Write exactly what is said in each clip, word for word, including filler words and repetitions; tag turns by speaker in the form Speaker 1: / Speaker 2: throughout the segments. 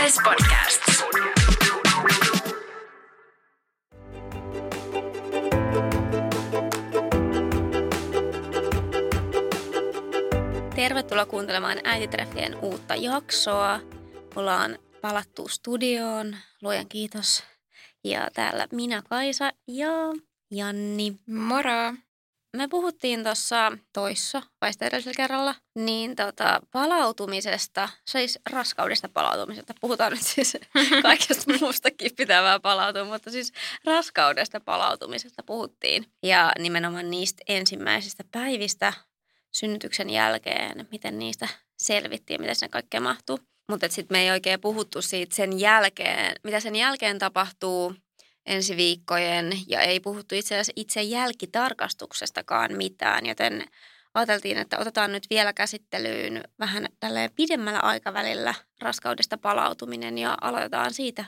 Speaker 1: S Podcast.
Speaker 2: Tervetuloa kuuntelemaan Äititreffien uutta jaksoa. Ollaan palattu studioon, luojan kiitos. Ja täällä minä, Kaisa ja Janni.
Speaker 3: Moro!
Speaker 2: Me puhuttiin tuossa toissa, vai sitä edellisellä kerralla, niin tota, palautumisesta, siis raskaudesta palautumisesta. Puhutaan nyt siis kaikesta muustakin pitää vähän palautua, mutta siis raskaudesta palautumisesta puhuttiin. Ja nimenomaan niistä ensimmäisistä päivistä synnytyksen jälkeen, miten niistä selvittiin ja miten sinne kaikkea mahtuu. Mutta sitten me ei oikein puhuttu siitä sen jälkeen, mitä sen jälkeen tapahtuu ensi viikkojen ja ei puhuttu itse asiassa itse jälkitarkastuksestakaan mitään, joten ajateltiin, että otetaan nyt vielä käsittelyyn vähän tälleen pidemmällä aikavälillä raskaudesta palautuminen ja aloitetaan siitä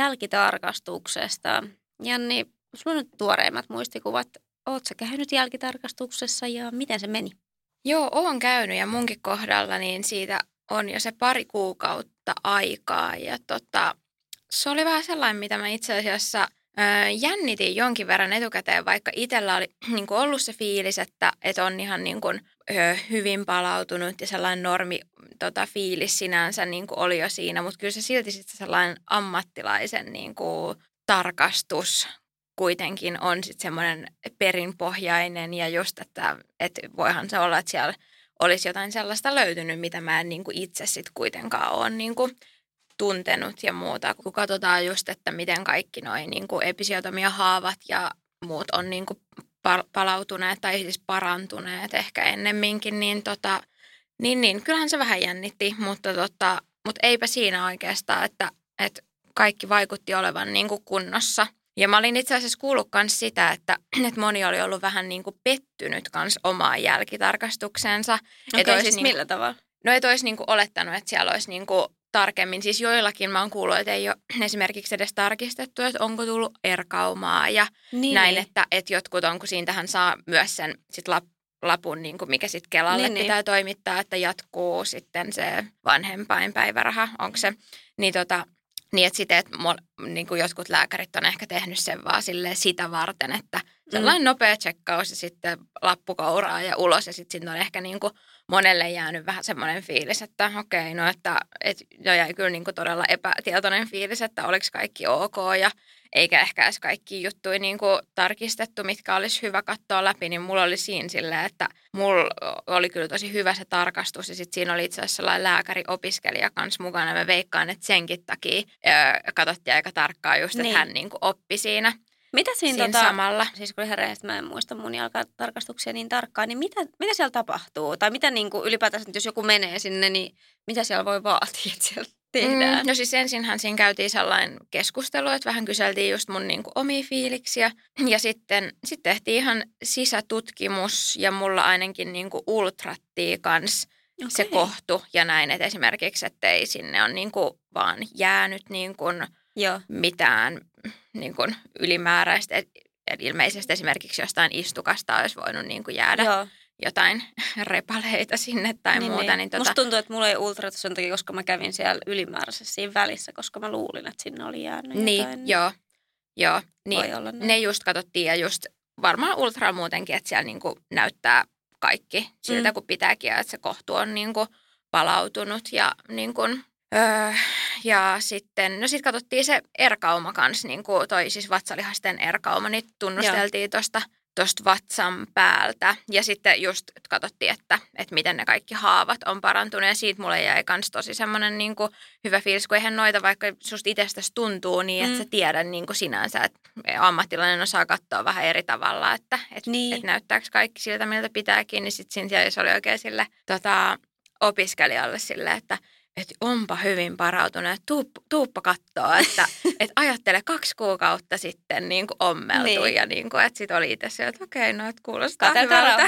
Speaker 2: jälkitarkastuksesta. Janni, sulla on nyt tuoreimmat muistikuvat. Ootko sä käynyt jälkitarkastuksessa ja miten se meni?
Speaker 3: Joo, oon käynyt ja munkin kohdalla niin siitä on jo se pari kuukautta aikaa ja tota, se oli vähän sellainen, mitä mä itse asiassa ää, jännitin jonkin verran etukäteen, vaikka itsellä oli niin kuin ollut se fiilis, että, että on ihan niin kuin, ö, hyvin palautunut ja sellainen normi tota, fiilis sinänsä niin kuin oli jo siinä, mutta kyllä se silti sitten sellainen ammattilaisen niin kuin, tarkastus kuitenkin on sitten semmoinen perinpohjainen ja just, että, että voihan se olla, että siellä olisi jotain sellaista löytynyt, mitä mä en niin kuin itse sitten kuitenkaan ole niin kuin tuntenut ja muuta. Kun katsotaan just, että miten kaikki noi niin kuin episiotomia-haavat ja muut on niin kuin palautuneet tai siis parantuneet ehkä ennemminkin, niin, tota, niin, niin kyllähän se vähän jännitti, mutta, tota, mutta eipä siinä oikeastaan, että, että kaikki vaikutti olevan niin kuin kunnossa. Ja mä olin itse asiassa kuullut myös sitä, että, että moni oli ollut vähän niin kuin pettynyt myös omaan jälkitarkastukseensa.
Speaker 2: Okei, okay, siis niin, millä tavalla?
Speaker 3: No et olisi niin kuin olettanut, että siellä olisi niin kuin tarkemmin. Siis joillakin mä oon kuullut, että ei ole esimerkiksi edes tarkistettu, että onko tullut erkaumaa ja niin, näin, niin. Että, että jotkut on, kun siitähän saa myös sen sit lap, lapun, niin kuin mikä sitten Kelalle niin, pitää niin. toimittaa, että jatkuu sitten se vanhempainpäiväraha, onko se, niin tota... Niin, että sitten, että niin kuin jotkut lääkärit on ehkä tehnyt sen vaan sitä varten, että sellainen mm. nopea tsekkaus ja sitten lappukouraa ja ulos. Ja sitten siinä on ehkä niin kuin monelle jäänyt vähän semmoinen fiilis, että okei, no että et, no jäi kyllä niin kuin todella epätietoinen fiilis, että oliko kaikki ok ja eikä ehkä edes kaikki juttuja niin kuin tarkistettu, mitkä olisi hyvä katsoa läpi, niin mulla oli siinä silleen, että mulla oli kyllä tosi hyvä se tarkastus ja sitten siinä oli itse asiassa sellainen lääkäriopiskelija kanssa mukana ja mä veikkaan, että senkin takia öö, katsottiin aika tarkkaan just, että niin. hän niin kuin oppi siinä.
Speaker 2: Mitä siinä,
Speaker 3: siinä
Speaker 2: tota,
Speaker 3: samalla?
Speaker 2: Siis kun ihan rehellisesti mä en muista mun jalkatarkastuksia niin tarkkaan, niin mitä, mitä siellä tapahtuu? Tai mitä niin kuin ylipäätänsä, jos joku menee sinne, niin mitä siellä voi vaatia, että siellä tehdään?
Speaker 3: Mm, no siis ensinhän siinä käytiin sellainen keskustelu, että vähän kyseltiin just mun niin kuin omia fiiliksiä. Ja sitten sit tehtiin ihan sisätutkimus ja mulla ainakin niin kuin ultrattiin kanssa okay. se kohtu ja näin. Että esimerkiksi, ettei sinne ole niin kuin vaan jäänyt niin kuin Joo. mitään niin kuin ylimääräistä. Eli ilmeisesti esimerkiksi jostain istukasta olisi voinut niin kuin jäädä Joo. jotain repaleita sinne tai niin, muuta.
Speaker 2: Niin.
Speaker 3: Niin tota...
Speaker 2: Musta tuntuu, että mulla ei ultrata sen takia, koska mä kävin siellä ylimääräisessä siinä välissä, koska mä luulin, että sinne oli jäänyt
Speaker 3: niin,
Speaker 2: jotain.
Speaker 3: Joo, joo. Niin,
Speaker 2: Voi olla näin.
Speaker 3: Ne just katsottiin ja just varmaan ultra muutenkin, että siellä niin kuin näyttää kaikki siltä, mm. kun pitääkin ja että se kohtu on niin kuin palautunut ja niin kuin... Öö, ja sitten, no sitten katsottiin se erkauma kanssa, niin kuin toi siis vatsalihasten erkauma, niin tunnusteltiin tuosta tosta vatsan päältä. Ja sitten just katsottiin, että, että miten ne kaikki haavat on parantunut. Ja siitä mulle jäi kans tosi semmoinen niin kuin hyvä fiilis, kun eihän noita, vaikka susta itsestäsi tuntuu niin, että mm. sä tiedät niin kuin sinänsä, että ammattilainen osaa katsoa vähän eri tavalla, että, että, niin. että näyttääkö kaikki siltä, miltä pitääkin. Niin sitten siinä se oli oikein sille tota, opiskelijalle silleen, että että onpa hyvin parautunut, tuuppa, tuuppa kattoo, että et ajattele kaksi kuukautta sitten niin kuin ommeltui niin. ja niin kuin, että sitten oli itse se, että okei, no että kuulostaa hyvältä.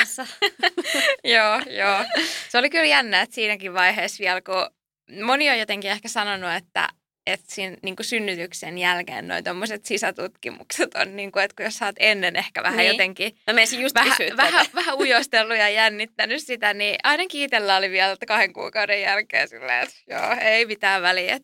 Speaker 3: joo, joo. Se oli kyllä jännä, että siinäkin vaiheessa vielä, kun moni on jotenkin ehkä sanonut, että että siinä niin kuin synnytyksen jälkeen noi tommoset sisätutkimukset on, niin kuin, että kun jos sä oot ennen ehkä vähän niin. jotenkin
Speaker 2: Mä menisin just
Speaker 3: vähän, vähän, vähän ujostellut ja jännittänyt sitä, niin ainakin itsellä oli vielä kahden kuukauden jälkeen silleen, että joo, ei mitään väliä, että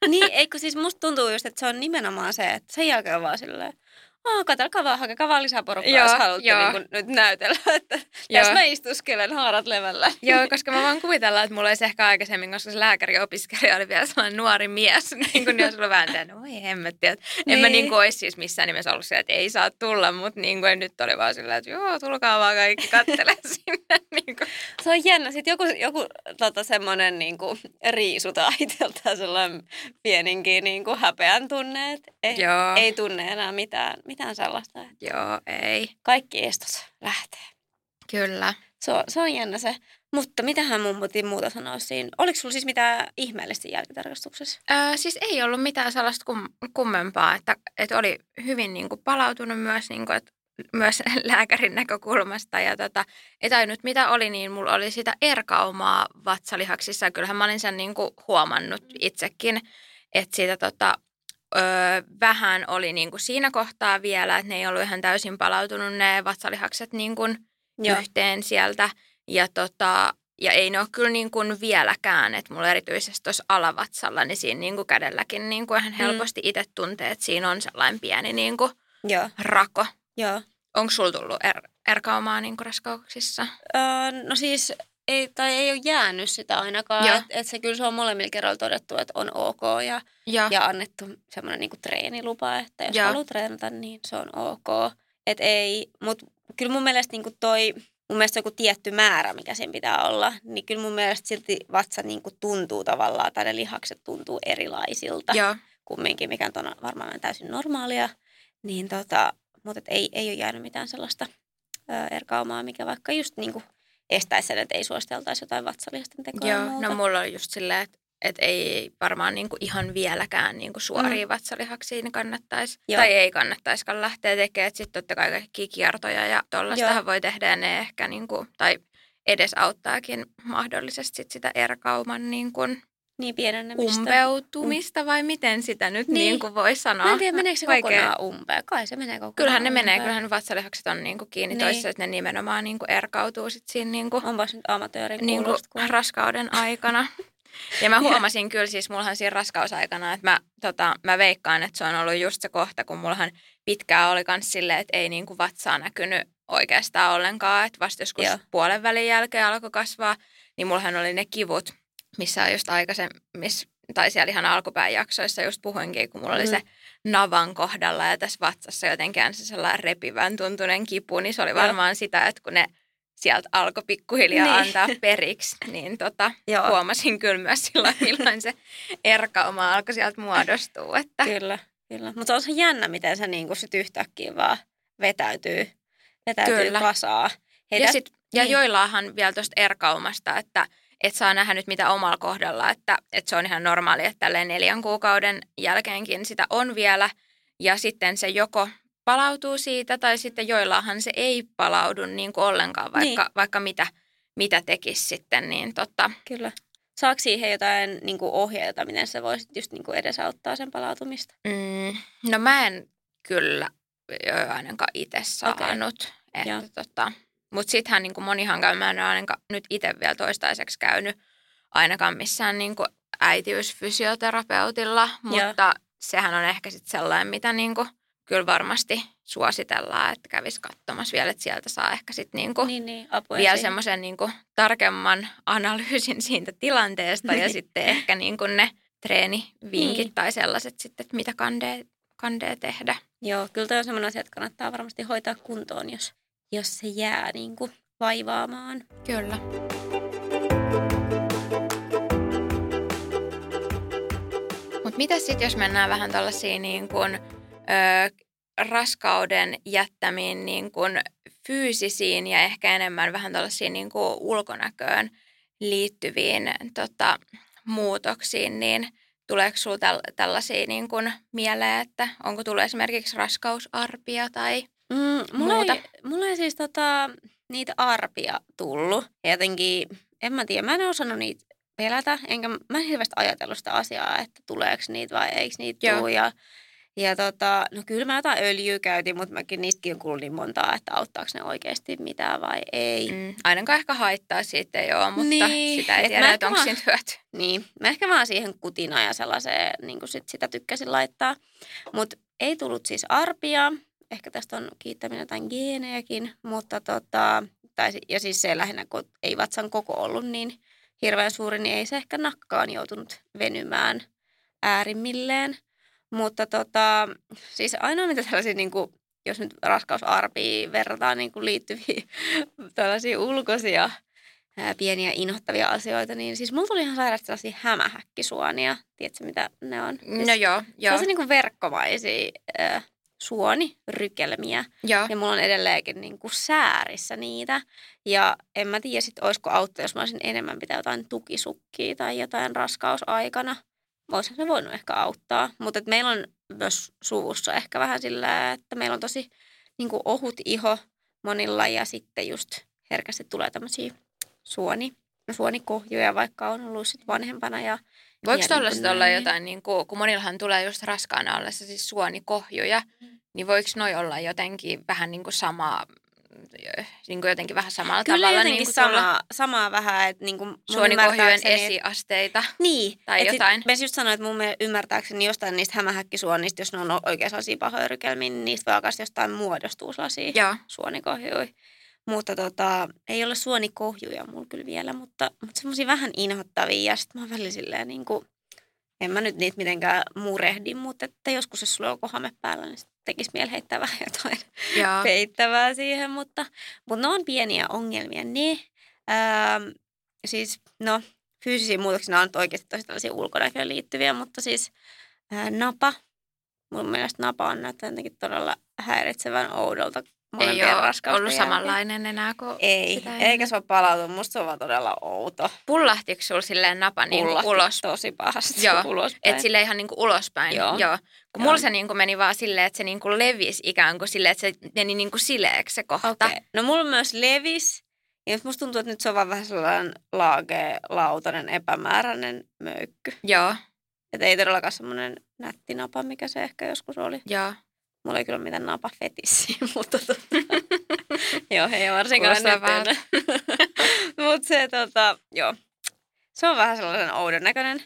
Speaker 2: Niin, eikö siis musta tuntuu just, että se on nimenomaan se, että sen jälkeen on vaan silleen, oh, katselkaa vaan, hakekaa vaan lisää porukkaa, jos haluatte niin kuin, nyt näytellä, että tässä mä istuskelen haarat levällä.
Speaker 3: Joo, koska mä voin kuvitella, että mulla olisi ehkä aikaisemmin, koska se lääkäriopiskelija oli vielä sellainen nuori mies, niin kuin jos sulla vähän tehnyt, oi hemmetti, että niin. En mä niin kuin olisi siis missään nimessä ollut siellä, että ei saa tulla, mutta niin kuin nyt oli vaan sillä, että joo, tulkaa vaan kaikki kattele sinne. Niin kuin.
Speaker 2: Se on jännä, sitten joku, joku tota, semmoinen niin kuin riisutaan itseltään sellainen pieninkin niin kuin häpeän tunne, että ei, ei tunne enää mitään, mitään sellaista.
Speaker 3: Joo, ei.
Speaker 2: Kaikki estos lähtee.
Speaker 3: Kyllä.
Speaker 2: Se on, se on jännä se. Mutta mitähän mun piti muuta sanoa siinä? Oliko sulla siis mitään ihmeellistä jälkitarkastuksessa?
Speaker 3: Öö, siis ei ollut mitään sellaista kum, kummempaa, että, että oli hyvin niin kuin palautunut myös, niin kuin, että myös lääkärin näkökulmasta. Ja tota, ei tainnut mitä oli, niin mulla oli sitä erkaumaa vatsalihaksissa. Kyllähän mä olin sen niin kuin huomannut itsekin, että siitä tota, öö, vähän oli niin kuin siinä kohtaa vielä, että ne ei ollut ihan täysin palautunut ne vatsalihakset niin kuin yhteen sieltä. Ja, tota, ja ei ne ole kyllä niin kuin vieläkään, että mulla erityisesti tuossa alavatsalla, niin siinä niin kuin kädelläkin niin kuin ihan helposti itse tuntee, että siinä on sellainen pieni niin kuin
Speaker 2: Joo.
Speaker 3: rako.
Speaker 2: Joo.
Speaker 3: Onko sulla tullut er, erkaumaa niin kuin raskauksissa?
Speaker 2: Öö, no siis ei, tai ei ole jäänyt sitä ainakaan. Että et se kyllä se on molemmilla kerralla todettu, että on ok ja, ja annettu semmoinen niin kuin treenilupa, että jos Joo. haluaa treenata, niin se on ok. Että ei, mutta kyllä mun mielestä niin kuin toi... Mun mielestä joku tietty määrä, mikä sen pitää olla, niin kyllä mun mielestä silti vatsa niin kuin tuntuu tavallaan, tai ne lihakset tuntuu erilaisilta.
Speaker 3: Joo.
Speaker 2: Kumminkin, mikä on varmaan täysin normaalia. Niin tota, mutta ei, ei ole jäänyt mitään sellaista ö, erkaumaa, mikä vaikka just niin kuin estäisi sen, että ei suositeltaisi jotain vatsalihasten tekoa.
Speaker 3: Joo, muuta. No mulla on just silleen, että et ei varmaan niinku ihan vieläkään niinku suoria mm. vatsalihaksia kannattaisi. Joo. Tai ei kannattaisikaan lähteä tekemään. Sitten totta kai kaikkia kiertoja ja tollaistahan voi tehdä ja ne ehkä niinku, tai edesauttaakin mahdollisesti sit sitä erkauman niinku
Speaker 2: niin pienenemistä.
Speaker 3: Umpeutumista mm. vai miten sitä nyt niin. niinku voi sanoa.
Speaker 2: Mä en tiedä, meneekö se Vaikea. kokonaan umpeen. Kai se menee kokonaan
Speaker 3: Kyllähän ne
Speaker 2: umpeen.
Speaker 3: menee, kyllähän vatsalihakset on niinku kiinni niin. toisessa, että ne nimenomaan niinku erkautuu sit siinä niinku,
Speaker 2: onpas nyt amatöörin
Speaker 3: niinku raskauden aikana. Ja mä huomasin kyllä siis, mullahan siinä raskausaikana, että mä, tota, mä veikkaan, että se on ollut just se kohta, kun mullahan pitkään oli kans silleen, että ei niinku vatsaa näkynyt oikeastaan ollenkaan. Että vasta joskus Joo. puolen välin jälkeen alkoi kasvaa, niin mullahan oli ne kivut, missä just aikaisemmin, tai siellä ihan alkupään jaksoissa just puhuinkin, kun mulla mm. oli se navan kohdalla ja tässä vatsassa jotenkin se sellainen repivän tuntunen kipu, niin se oli varmaan Joo. sitä, että kun ne sieltä alkoi pikkuhiljaa niin. antaa periksi, niin tota, huomasin kyllä myös silloin, milloin se erkauma alkoi sieltä muodostua. Että.
Speaker 2: Kyllä, kyllä. Mutta on se jännä, miten se niinku sit yhtäkkiä vaan vetäytyy, vetäytyy kyllä. kasaa.
Speaker 3: Hei, ja, sit, ja niin. joillahan vielä tuosta erkaumasta, että et saa nähdä nyt mitä omalla kohdalla, että, että se on ihan normaali, että tälleen neljän kuukauden jälkeenkin sitä on vielä. Ja sitten se joko palautuu siitä, tai sitten joillahan se ei palaudu niin kuin ollenkaan, vaikka, niin. vaikka mitä, mitä tekisi sitten. Niin totta.
Speaker 2: Kyllä. Saako siihen jotain niin kuin ohjeita, miten se voisi just niin kuin edesauttaa sen palautumista?
Speaker 3: Mm, no mä en kyllä ainakaan itse saanut. Okay. Tota, mutta sittenhän niin kuin monihan käy, mä en ole ainakaan nyt itse vielä toistaiseksi käynyt ainakaan missään niin kuin äitiysfysioterapeutilla, mutta Joo. sehän on ehkä sitten sellainen, mitä niin kuin kyllä varmasti suositellaan, että kävisi katsomassa vielä, että sieltä saa ehkä sitten niinku
Speaker 2: niin, niin,
Speaker 3: vielä semmoisen niinku tarkemman analyysin siitä tilanteesta ja sitten ehkä niinku ne treenivinkit niin. tai sellaiset sitten, että mitä kandee, kandee tehdä.
Speaker 2: Joo, kyllä toi on semmoinen asia, että kannattaa varmasti hoitaa kuntoon, jos, jos se jää niinku vaivaamaan.
Speaker 3: Kyllä. Mutta mitä sitten, jos mennään vähän tällaisiin niin kuin, ö, raskauden jättämiin niin kuin fyysisiin ja ehkä enemmän vähän tällaisiin niin kuin ulkonäköön liittyviin tota, muutoksiin, niin tuleeko sinulla täl- tällaisia niin kuin mieleen, että onko tullut esimerkiksi raskausarpia tai
Speaker 2: mm, mulla muuta? Ei, mulla ei siis tota, niitä arpia tullut. Ja jotenkin, en mä tiedä, mä en osannut niitä pelätä, enkä mä en hirveästi ajatellut sitä asiaa, että tuleeko niitä vai eikö niitä tule. Ja, Ja tota, no kyllä mä jotain öljyä käytin, mutta mäkin niistäkin on kuullut niin montaa, että auttaako ne oikeasti mitään vai ei.
Speaker 3: Mm, ainakaan ehkä haittaa siitä ei ole, mutta
Speaker 2: niin,
Speaker 3: sitä ei
Speaker 2: et
Speaker 3: tiedä, että onko
Speaker 2: vaan,
Speaker 3: siinä hyöty.
Speaker 2: Niin, mä ehkä vaan siihen kutina ja sellaiseen, niin kuin sit sitä tykkäsin laittaa. Mutta ei tullut siis arpia. Ehkä tästä on kiittäminen jotain geenejäkin, mutta tota, tai, ja siis se lähinnä, kun ei vatsan koko ollut niin hirveän suuri, niin ei se ehkä nakkaan joutunut venymään äärimmilleen. Mutta tota, siis ainoa mitä tällaisia, niin kuin, jos nyt raskausarpiin verrataan niin kuin liittyviä tällaisia ulkoisia ää, pieniä inhottavia asioita, niin siis mulla tuli ihan sairaasti sellaisia hämähäkkisuonia. Tiedätkö mitä ne on? Siis
Speaker 3: No joo, joo.
Speaker 2: sellaisia niin kuin verkkomaisia ää, suonirykelmiä.
Speaker 3: Joo.
Speaker 2: Ja mulla on edelleenkin niin kuin säärissä niitä. Ja en mä tiedä sit, olisiko auttaa, jos mä olisin enemmän pitää jotain tukisukkia tai jotain raskausaikana. Voisihan se voinut ehkä auttaa. Mutta meillä on myös suvussa ehkä vähän sillä, että meillä on tosi niin kuin ohut iho monilla ja sitten just herkästi tulee tämmöisiä suoni, suonikohjuja, vaikka on ollut sit vanhempana. Ja,
Speaker 3: Voiko
Speaker 2: ja
Speaker 3: tuolla
Speaker 2: niin
Speaker 3: sitten olla
Speaker 2: näin.
Speaker 3: jotain, niin kuin, kun monillahan tulee just raskaana ollessa siis suonikohjuja, mm. niin voiko noi olla jotenkin vähän niin kuin samaa, niin kuin jotenkin vähän samalla
Speaker 2: Kyllä
Speaker 3: tavalla?
Speaker 2: jotenkin
Speaker 3: niin kuin
Speaker 2: samaa, samaa vähän, että niin kuin mun
Speaker 3: suonikohjujen
Speaker 2: ymmärtääkseni-
Speaker 3: esiasteita
Speaker 2: Niin.
Speaker 3: tai
Speaker 2: et
Speaker 3: jotain.
Speaker 2: Sit, mä just sanoin, että mun mielestä ymmärtääkseni jostain niistä hämähäkkisuonnista, jos ne on oikein sellaisia pahoja rykelmiä, niin niistä voi alkaa jostain muodostua sellaisia
Speaker 3: Joo.
Speaker 2: suonikohjuja. Mutta tota, ei ole suonikohjuja mulla kyllä vielä, mutta, mutta semmoisia vähän inhottavia. Ja sitten mä oon välillä silleen niin kuin, en mä nyt niitä mitenkään murehdi, mutta että joskus jos sulla on joku hame päällä, niin tekisi mieli heittää vähän jotain
Speaker 3: Joo.
Speaker 2: peittävää siihen. Mutta, mutta ne on pieniä ongelmia. Ne, ää, siis no fyysisiä muutoksia on oikeasti tosi tällaisia ulkonäköön liittyviä, mutta siis ää, napa. Mun mielestä napa on näyttää jotenkin todella häiritsevän oudolta.
Speaker 3: Ei ole ollut samanlainen enää kuin
Speaker 2: Ei,
Speaker 3: sitä
Speaker 2: eikä se ole palautunut. Musta se on vaan todella outo.
Speaker 3: Pullahtiko sulla silleen napa niin
Speaker 2: Pullahti
Speaker 3: ulos?
Speaker 2: tosi pahasti
Speaker 3: Joo,
Speaker 2: ulospäin.
Speaker 3: että silleen ihan niin kuin ulospäin.
Speaker 2: Joo.
Speaker 3: Joo. Kun
Speaker 2: Joo.
Speaker 3: mulla se niin kuin meni vaan silleen, että se niin kuin levisi ikään kuin silleen, että se meni niin kuin sileeksi se kohta.
Speaker 2: Okei. No mulla myös levis. Ja musta tuntuu, että nyt se on vaan vähän sellainen laagea, lautainen, epämääräinen möykky.
Speaker 3: Joo,
Speaker 2: Että ei todellakaan semmoinen nätti napa, mikä se ehkä joskus oli.
Speaker 3: joo.
Speaker 2: Mulla ei kyllä mitään napafetissiä, mutta tota, joo, ei varsinkaan
Speaker 3: Kuulostaa
Speaker 2: nyt
Speaker 3: vähän.
Speaker 2: Mutta se, tota, joo, se on vähän sellainen oudon näköinen.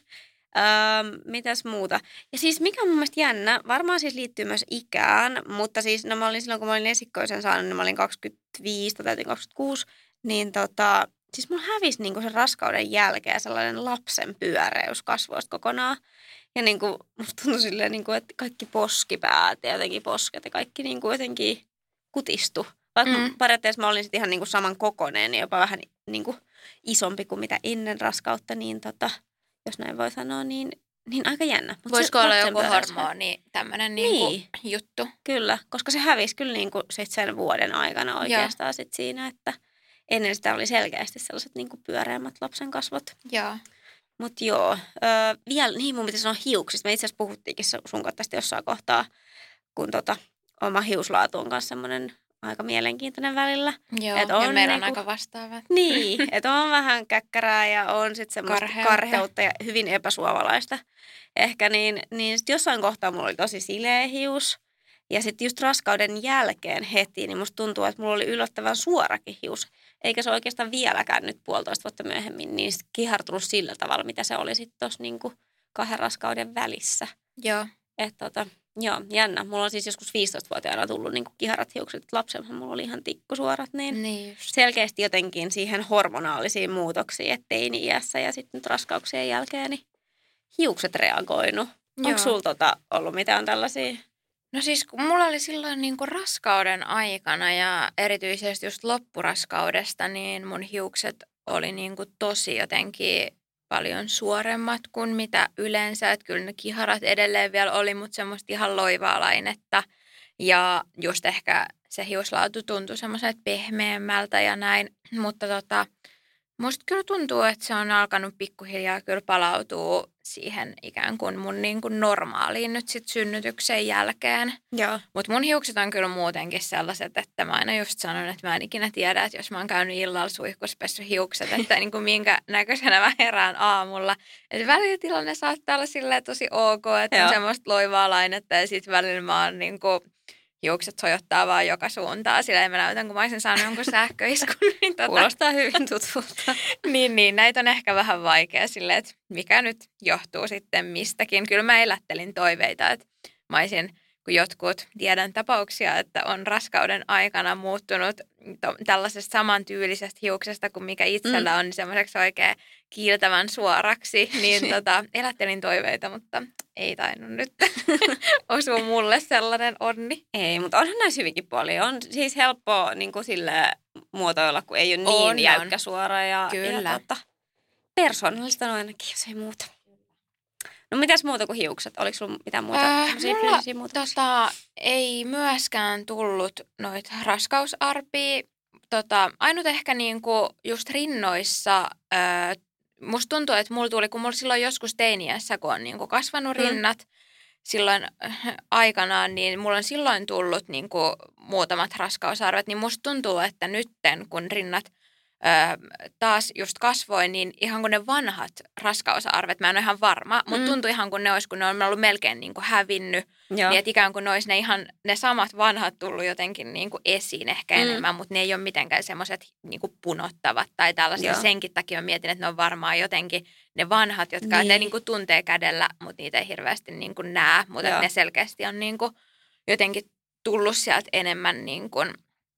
Speaker 2: Öö, mitäs muuta? Ja siis mikä on mun mielestä jännä, varmaan siis liittyy myös ikään, mutta siis no mä olin silloin, kun mä olin esikkoisen saanut, niin mä olin kaksikymmentäviisi tai täytin kaksikymmentäkuusi, niin tota, siis mulla hävisi niinku sen raskauden jälkeen sellainen lapsen pyöreys kasvoista kokonaan. Ja niin kuin, musta tuntui silleen, niin kuin, että kaikki poskipäät ja jotenkin posket ja kaikki niin kuin jotenkin kutistu. Vaikka
Speaker 3: Mm.
Speaker 2: mm. periaatteessa mä olin sitten ihan niin kuin saman kokoinen ja jopa vähän niin kuin isompi kuin mitä ennen raskautta, niin tota, jos näin voi sanoa, niin, niin aika jännä. Mut
Speaker 3: Voisiko
Speaker 2: se
Speaker 3: olla
Speaker 2: lapsen
Speaker 3: joku
Speaker 2: pyöräys
Speaker 3: hormoni, tämmöinen niin.
Speaker 2: Niin.
Speaker 3: Niin juttu?
Speaker 2: Kyllä, koska se hävisi kyllä niin kuin sit sen vuoden aikana oikeastaan sit siinä, että ennen sitä oli selkeästi sellaiset niin kuin pyöreämmät lapsen kasvot.
Speaker 3: Joo.
Speaker 2: Mutta joo, öö, vielä, niin mun pitäisi sanoa hiuksista. Me itse asiassa puhuttiinkin sun kanssa tästä jossain kohtaa, kun tota, oma hiuslaatu on kanssa semmoinen aika mielenkiintoinen välillä.
Speaker 3: Joo,
Speaker 2: Et
Speaker 3: ja
Speaker 2: on
Speaker 3: meillä on
Speaker 2: niinku-
Speaker 3: aika vastaavat.
Speaker 2: Niin, että on vähän käkkärää ja on sitten semmoista
Speaker 3: Karheutta.
Speaker 2: karheutta ja hyvin epäsuovalaista. Ehkä niin, niin sit jossain kohtaa mulla oli tosi sileä hius. Ja sitten just raskauden jälkeen heti, niin musta tuntuu, että mulla oli yllättävän suorakin hius. Eikä se oikeastaan vieläkään nyt puolitoista vuotta myöhemmin niin sit kihartunut sillä tavalla, mitä se oli sitten tuossa niinku kahden raskauden välissä.
Speaker 3: Joo.
Speaker 2: Että tota, joo, jännä. Mulla on siis joskus viisitoistavuotiaana tullut niinku kiharat hiukset. Lapsenhan mulla oli ihan tikkusuorat, niin
Speaker 3: Niin just.
Speaker 2: selkeästi jotenkin siihen hormonaalisiin muutoksiin, että teini-iässä ja sitten nyt raskauksien jälkeen, niin hiukset reagoinut.
Speaker 3: Joo.
Speaker 2: Onko sulla tota ollut mitään tällaisia?
Speaker 3: No siis kun mulla oli silloin niin kuin raskauden aikana ja erityisesti just loppuraskaudesta, niin mun hiukset oli niin kuin tosi jotenkin paljon suoremmat kuin mitä yleensä. Että kyllä ne kiharat edelleen vielä oli, mutta semmoista ihan loivaa lainetta. Ja just ehkä se hiuslaatu tuntui semmoiselta pehmeämmältä ja näin. Mutta tota, Musta kyllä tuntuu, että se on alkanut pikkuhiljaa kyllä palautua siihen ikään kuin mun niin kuin normaaliin nyt sit synnytyksen jälkeen.
Speaker 2: Joo.
Speaker 3: Mutta mun hiukset on kyllä muutenkin sellaiset, että mä aina just sanon, että mä en ikinä tiedä, että jos mä oon käynyt illalla suihkussa pessy hiukset, että niin kuin minkä näköisenä mä herään aamulla. Että välillä tilanne saattaa olla silleen tosi ok, että Joo. on semmoista loivaa lainetta ja sitten välillä mä oon niin kuin hiukset sojottaa vaan joka suuntaan. Silleen mä näytän, kun mä olisin saanut jonkun sähköiskun. Niin tota...
Speaker 2: Kuulostaa hyvin tutulta.
Speaker 3: niin, niin, näitä on ehkä vähän vaikea silleen, että mikä nyt johtuu sitten mistäkin. Kyllä mä elättelin toiveita, että mä olisin, kun jotkut tiedän tapauksia, että on raskauden aikana muuttunut to, tällaisesta samantyylisestä hiuksesta kuin mikä itsellä on, niin semmoiseksi oikein kiiltävän suoraksi. Niin tota, elättelin toiveita, mutta ei tainnut nyt osua mulle sellainen onni.
Speaker 2: Ei, mutta onhan näissä hyvinkin paljon. On siis helppoa niin kuin sille muotoilla, kun ei ole niin
Speaker 3: on,
Speaker 2: jäykkä suora. Ja,
Speaker 3: Kyllä.
Speaker 2: Ja, tota, persoonallista on ainakin, jos ei muuta. No mitäs muuta kuin hiukset? Oliko sulla mitään muuta
Speaker 3: äh, mulla,
Speaker 2: muutoksia?
Speaker 3: Tota, ei myöskään tullut noita raskausarpia. Tota, ainut ehkä niinku just rinnoissa, äh, musta tuntuu, että mulla tuli, kun mulla silloin joskus teiniässä, kun on niinku kasvanut rinnat mm. silloin äh, aikanaan, niin mulla on silloin tullut niinku muutamat raskausarvet, niin musta tuntuu, että nytten, kun rinnat Öö, taas just kasvoin, niin ihan kuin ne vanhat raskausarvet, mä en ole ihan varma, mutta mm. tuntui ihan kuin ne olisi, kun ne on ollut melkein niin kuin hävinnyt. Joo. Niin että ikään kuin ne olisi ne ihan ne samat vanhat tullut jotenkin niin kuin esiin ehkä mm. enemmän, mutta ne ei ole mitenkään semmoiset niin kuin punottavat tai tällaiset. Senkin takia mä mietin, että ne on varmaan jotenkin ne vanhat, jotka niin. ne niin kuin tuntee kädellä, mutta niitä ei hirveästi niin kuin näe, mutta ne selkeästi on niin kuin jotenkin tullut sieltä enemmän niin kuin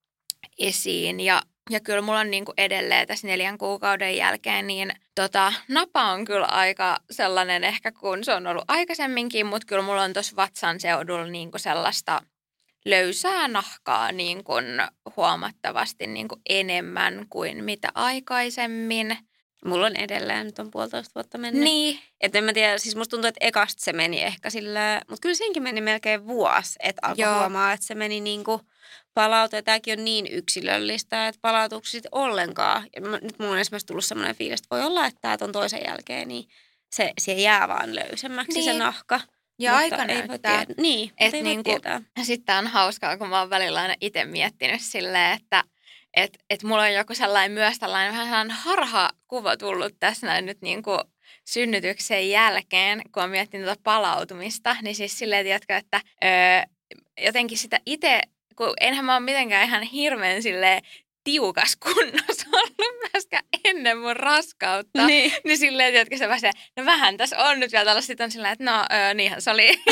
Speaker 3: esiin ja Ja kyllä mulla on niinku edelleen tässä neljän kuukauden jälkeen, niin tota, napa on kyllä aika sellainen ehkä, kun se on ollut aikaisemminkin, mutta kyllä mulla on tuossa vatsan seudulla niinku sellaista löysää nahkaa niinku huomattavasti niinku enemmän kuin mitä aikaisemmin.
Speaker 2: Mulla on edelleen, nyt on puolitoista vuotta mennyt.
Speaker 3: Niin.
Speaker 2: Että en mä tiedä, siis musta tuntuu, että ekasta se meni ehkä sillä, mutta kyllä senkin meni melkein vuosi, että alkoi Joo. huomaa, että se meni niinku palautua. Ja tämäkin on niin yksilöllistä, että palautukset ollenkaan. Ja nyt mulla on esimerkiksi tullut sellainen fiilis, että voi olla, että tämä on toisen jälkeen, niin se, se jää vaan löysemmäksi niin. se nahka.
Speaker 3: Ja
Speaker 2: mutta
Speaker 3: aika näyttää.
Speaker 2: Niin,
Speaker 3: et ei niinku, sitten on hauskaa, kun mä oon välillä aina itse miettinyt silleen, että Että et mulla on joku sellainen myös tällainen vähän sellainen harhakuva tullut tässä näin nyt niin kuin synnytyksen jälkeen, kun on miettinyt tuota palautumista. Niin siis silleen, tiedätkö, että öö, jotenkin sitä itse, kun enhän mä ole mitenkään ihan hirveän silleen tiukas kunnossa ollut myöskään ennen mun raskautta. Niin, niin silleen, tiedätkö, se vähän no vähän tässä on nyt vielä tällaista, sitten on silleen, että no öö, niinhän se oli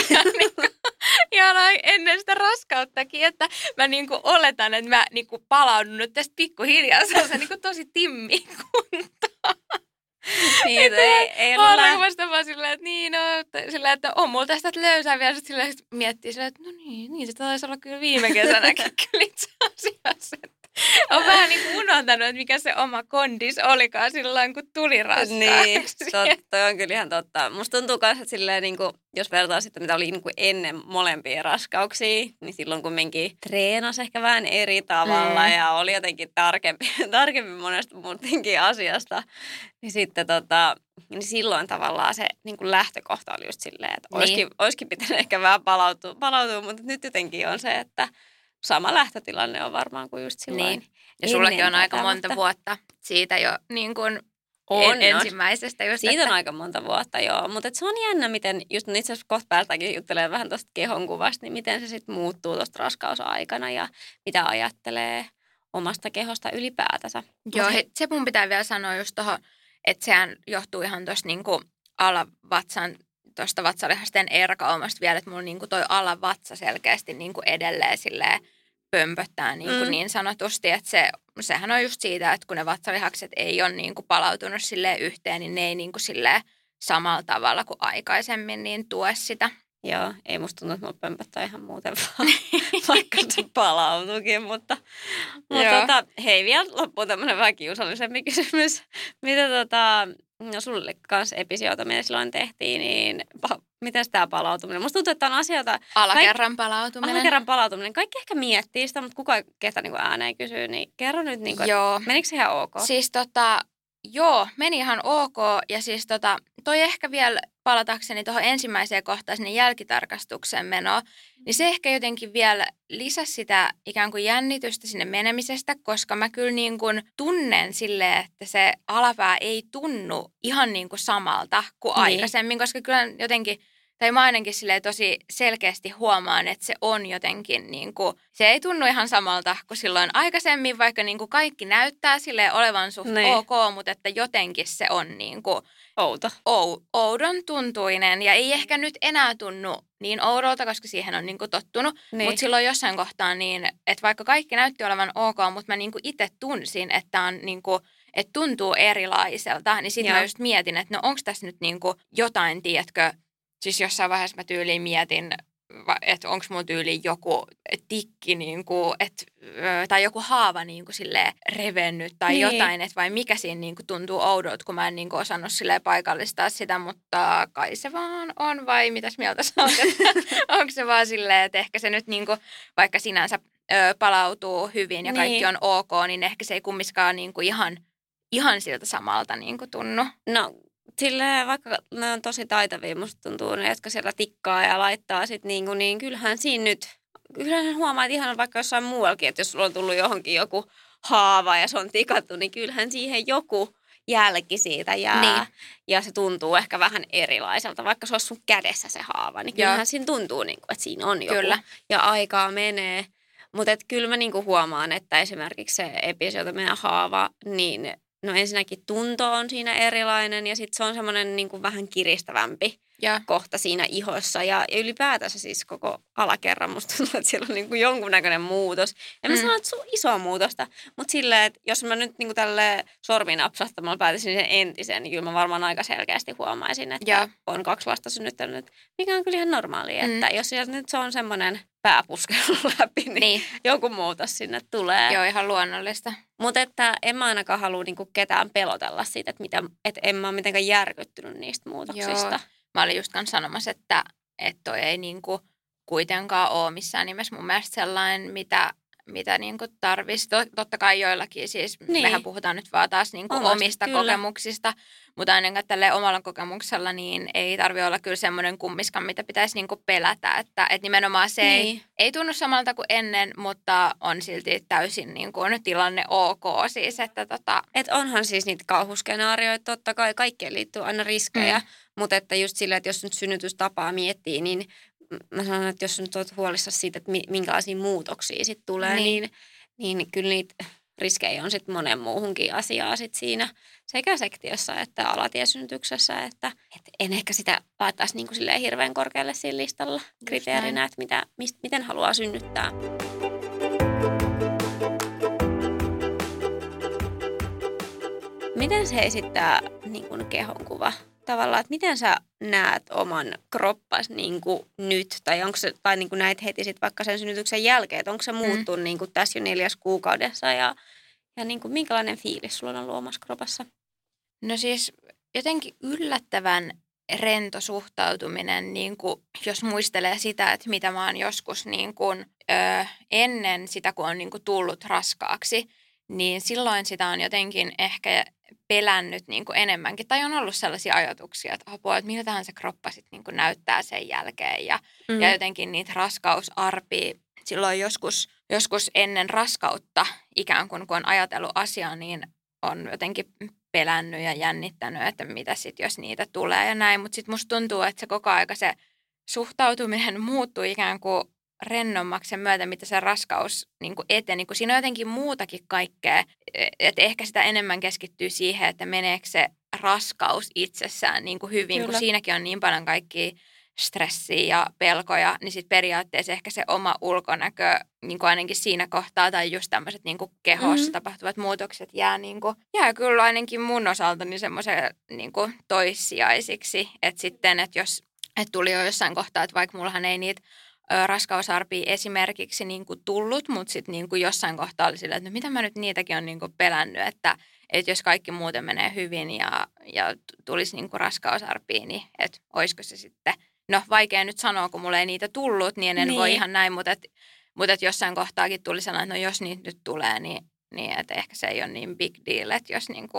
Speaker 3: ihan ennen sitä raskauttakin, että mä niinku oletan, että mä niinku palaudun nyt tästä pikkuhiljaa. Se on niinku tosi timmikuntaa.
Speaker 2: Niin, ei, ei ole
Speaker 3: harrastamassa vaan silleen, että niin, no, silleen, että on mulla tästä löysää vielä. Sitten silleen, miettii silleen, että no niin, niin se taisi olla kyllä viime kesänäkin kyllä itse asiassa. On vähän niin kuin unohtanut, että mikä se oma kondis olikaan silloin, kun tuli raskaaksi.
Speaker 2: Niin, totta, on kyllä ihan totta. Musta tuntuu myös, että silleen, niin kuin, jos vertaa sitten, mitä oli niin kuin ennen molempia raskauksia, niin silloin kumminkin treenasi ehkä vähän eri tavalla mm. ja oli jotenkin tarkempi, tarkempi monesta muutenkin asiasta. Niin sitten tota, niin silloin tavallaan se niin kuin lähtökohta oli just silleen, että niin. olisikin, olisikin pitänyt ehkä vähän palautua, palautua, mutta nyt jotenkin on se, että sama lähtötilanne on varmaan kuin just silloin.
Speaker 3: Niin. Ja sullakin on aika monta mutta vuotta siitä jo niin kuin on, en, ensimmäisestä. Just,
Speaker 2: siitä
Speaker 3: että
Speaker 2: on aika monta vuotta, joo. Mutta se on jännä, miten, just itse asiassa kohta päästäänkin juttelemaan vähän tuosta kehonkuvasta, niin miten se sitten muuttuu tuosta raskausaikana ja mitä ajattelee omasta kehosta ylipäätänsä.
Speaker 3: Joo, he, se mun pitää vielä sanoa just tuohon, että sehän johtuu ihan tuosta niinku alavatsan, tuosta vatsalihasten erkaumasta vielä, että mulla niinku toi alavatsa selkeästi niinku edelleen silleen pömpöttää niin, kuin mm. niin sanotusti, että se, sehän on just siitä, että kun ne vatsalihakset ei ole niin kuin palautunut silleen yhteen, niin ne ei niin kuin silleen samalla tavalla kuin aikaisemmin niin tue sitä.
Speaker 2: Joo, ei musta tunnu, että mulla pömpöttää ihan muuten vaan, vaikka se palautuukin, mutta, mutta tota, hei, vielä loppuun tämmöinen vähän kiusallisempi kysymys. Mitä tota, no sulle kanssa episiotomia silloin tehtiin, niin pa- miten tämä palautuminen? Musta tuntuu, että on asioita
Speaker 3: Alakerran palautuminen.
Speaker 2: Alakerran palautuminen. Kaikki ehkä miettii sitä, mutta kukaan ketä niin ääneen kysyy, niin kerro nyt, niin kuin,
Speaker 3: Joo.
Speaker 2: menikö se ihan ok?
Speaker 3: Siis tota, joo, meni ihan ok. Ja siis tota, toi ehkä vielä palatakseni tuohon ensimmäiseen kohtaan sinne jälkitarkastukseen menoa, niin se ehkä jotenkin vielä lisäsi sitä ikään kuin jännitystä sinne menemisestä, koska mä kyllä niin kuin tunnen silleen, että se alapää ei tunnu ihan niin kuin samalta kuin
Speaker 2: Niin.
Speaker 3: aikaisemmin, koska kyllä jotenkin, tai mä ainakin silleen tosi selkeästi huomaan, että se on jotenkin niin kuin, se ei tunnu ihan samalta kuin silloin aikaisemmin, vaikka niin kuin kaikki näyttää silleen olevan suht
Speaker 2: Niin.
Speaker 3: ok, mutta että jotenkin se on niin kuin
Speaker 2: Outo.
Speaker 3: ou, oudon tuntuinen ja ei ehkä nyt enää tunnu niin oudolta, koska siihen on niin kuin tottunut,
Speaker 2: Niin.
Speaker 3: mutta silloin jossain kohtaa niin, että vaikka kaikki näytti olevan ok, mutta mä niin kuin itse tunsin, että, on niin kuin, että tuntuu erilaiselta, niin sitten mä
Speaker 2: Joo.
Speaker 3: just mietin, että no onko tässä nyt niin kuin jotain, tiedätkö, siis jossain vaiheessa mä tyyliin mietin, että onko mun tyyliin joku tikki niin kuin, et, tai joku haava niin kuin silleen revennyt tai
Speaker 2: Niin.
Speaker 3: jotain, että vai mikä siinä niin kuin tuntuu oudolta, kun mä en niin kuin osannut silleen paikallistaa sitä, mutta kai se vaan on vai mitäs mieltä sä oot, onko se vaan silleen, että ehkä se nyt niin kuin, vaikka sinänsä ö, palautuu hyvin ja kaikki
Speaker 2: Niin.
Speaker 3: on ok, niin ehkä se ei kumminkaan niin kuin ihan, ihan siltä samalta niin kuin tunnu.
Speaker 2: No silleen, vaikka ne on tosi taitavia, musta tuntuu ne, jotka siellä tikkaa ja laittaa sit niinku, niin kyllähän siinä nyt, kyllähän sen huomaa, että ihan vaikka jossain muuallakin, että jos sulla on tullut johonkin joku haava ja se on tikattu, niin kyllähän siihen joku jälki siitä jää.
Speaker 3: Niin.
Speaker 2: Ja se tuntuu ehkä vähän erilaiselta, vaikka se olisi sun kädessä se haava, niin kyllähän
Speaker 3: Joo.
Speaker 2: siinä tuntuu, niinku, että siinä on joku.
Speaker 3: Kyllä.
Speaker 2: Ja aikaa menee. Mutta kyllä mä niinku huomaan, että esimerkiksi se episodi, meidän haava, niin no ensinnäkin tunto on siinä erilainen ja sitten se on semmoinen niinku vähän kiristävämpi
Speaker 3: Ja.
Speaker 2: kohta siinä ihossa. Ja, ja ylipäätänsä siis koko alakerran musta tuntuu, että siellä on niinku jonkunnäköinen muutos. En mä
Speaker 3: Mm.
Speaker 2: sano, että se on isoa muutosta, mutta silleen, että jos mä nyt niinku tälle sormin napsahtamalla päätisin sen entisen, niin kyllä mä varmaan aika selkeästi huomaisin, että
Speaker 3: Ja.
Speaker 2: on kaksi lasta synnyttänyt, mikä on kyllä ihan normaalia.
Speaker 3: Mm.
Speaker 2: Että jos sieltä nyt se on semmoinen pääpuskelu läpi, niin,
Speaker 3: Niin,
Speaker 2: joku muutos sinne tulee.
Speaker 3: joo, ihan luonnollista.
Speaker 2: Mutta että en mä ainakaan halua niinku ketään pelotella siitä, että, mitä, että en mä ole mitenkään järkyttynyt niistä muutoksista.
Speaker 3: Joo. Mä olin just kanssa sanomassa, että, että toi ei niinku kuitenkaan ole missään nimessä mun mielestä sellainen, mitä, mitä niinku tarvitsisi. Totta kai joillakin siis,
Speaker 2: Niin.
Speaker 3: mehän puhutaan nyt vaan taas niinku
Speaker 2: Omasta,
Speaker 3: omista
Speaker 2: kyllä.
Speaker 3: kokemuksista, mutta ainakaan tälleen omalla kokemuksella niin ei tarvitse olla kyllä semmoinen kummiskan, mitä pitäisi niinku pelätä. Että, että nimenomaan se
Speaker 2: Niin.
Speaker 3: ei, ei tunnu samalta kuin ennen, mutta on silti täysin niinku tilanne ok siis, että tota,
Speaker 2: Et onhan siis niitä kauhuskenaarioita, totta kai kaikkeen liittyy aina riskejä,
Speaker 3: Mm.
Speaker 2: mutta että just sillä, että jos nyt synnytystapaa miettii, niin mä sanon, että jos nyt olet huolissasi siitä, että mi- minkälaisia muutoksia sitten tulee,
Speaker 3: Niin.
Speaker 2: niin. Niin, niin kyllä niitä riskejä on sitten monen muuhunkin asiaa sit siinä sekä sektiossa että alatiesynnytyksessä, että et en ehkä sitä laittaisi niinku silleen hirveän korkealle siinä listalla kriteerinä, että mitä, mist, miten haluaa synnyttää. Miten se esittää niin kuin kehonkuva? Tavallaan, että miten sä näet oman kroppas niin kuin nyt? Tai, onko se, tai niin kuin näet heti sit vaikka sen synnytyksen jälkeen, että onko se muuttunut niin kuin tässä jo neljäs kuukaudessa? Ja, ja niin kuin, minkälainen fiilis sulla on ollut omassa kropassa?
Speaker 3: no siis jotenkin yllättävän rento suhtautuminen, niin kuin, jos muistelee sitä, että mitä mä oon joskus niin kuin, ö, ennen sitä, kun on niin kuin tullut raskaaksi, niin silloin sitä on jotenkin ehkä pelännyt niin kuin enemmänkin. Tai on ollut sellaisia ajatuksia, että apua, että miltähän se kroppa sitten niin kuin näyttää sen jälkeen. Ja,
Speaker 2: Mm.
Speaker 3: ja jotenkin niitä raskausarpia silloin joskus, joskus ennen raskautta ikään kuin kun on ajatellut asiaa, niin on jotenkin pelännyt ja jännittänyt, että mitä sitten, jos niitä tulee ja näin. Mutta sitten musta tuntuu, että se koko aika se suhtautuminen muuttuu ikään kuin rennommaksi sen myötä, mitä se raskaus niin kuin eteni, kun siinä on jotenkin muutakin kaikkea. Että ehkä sitä enemmän keskittyy siihen, että meneekö se raskaus itsessään niin kuin hyvin,
Speaker 2: Kyllä.
Speaker 3: kun siinäkin on niin paljon kaikkia stressiä ja pelkoja, niin sitten periaatteessa ehkä se oma ulkonäkö, niin kuin ainakin siinä kohtaa, tai just tämmöiset niin kuin kehossa
Speaker 2: Mm-hmm.
Speaker 3: tapahtuvat muutokset jää, niin kuin, jää kyllä ainakin mun osaltani semmoisen niin kuin toissijaisiksi. Että sitten, että jos että tuli jo jossain kohtaa, että vaikka mullahan ei niitä ö, raskausarpia esimerkiksi niin kuin tullut, mutta sitten niin kuin jossain kohtaa oli silleen, että no mitä mä nyt niitäkin on niin kuin pelännyt, että, että jos kaikki muuten menee hyvin ja, ja tulisi niin kuin raskausarpia, niin että olisiko se sitten, no vaikea nyt sanoa, kun mulla ei niitä tullut, niin en
Speaker 2: Niin.
Speaker 3: voi ihan näin, mutta, et, mutta et jossain kohtaakin tuli sellainen, että no jos niitä nyt tulee, niin, niin että ehkä se ei ole niin big deal, että jos niin kuin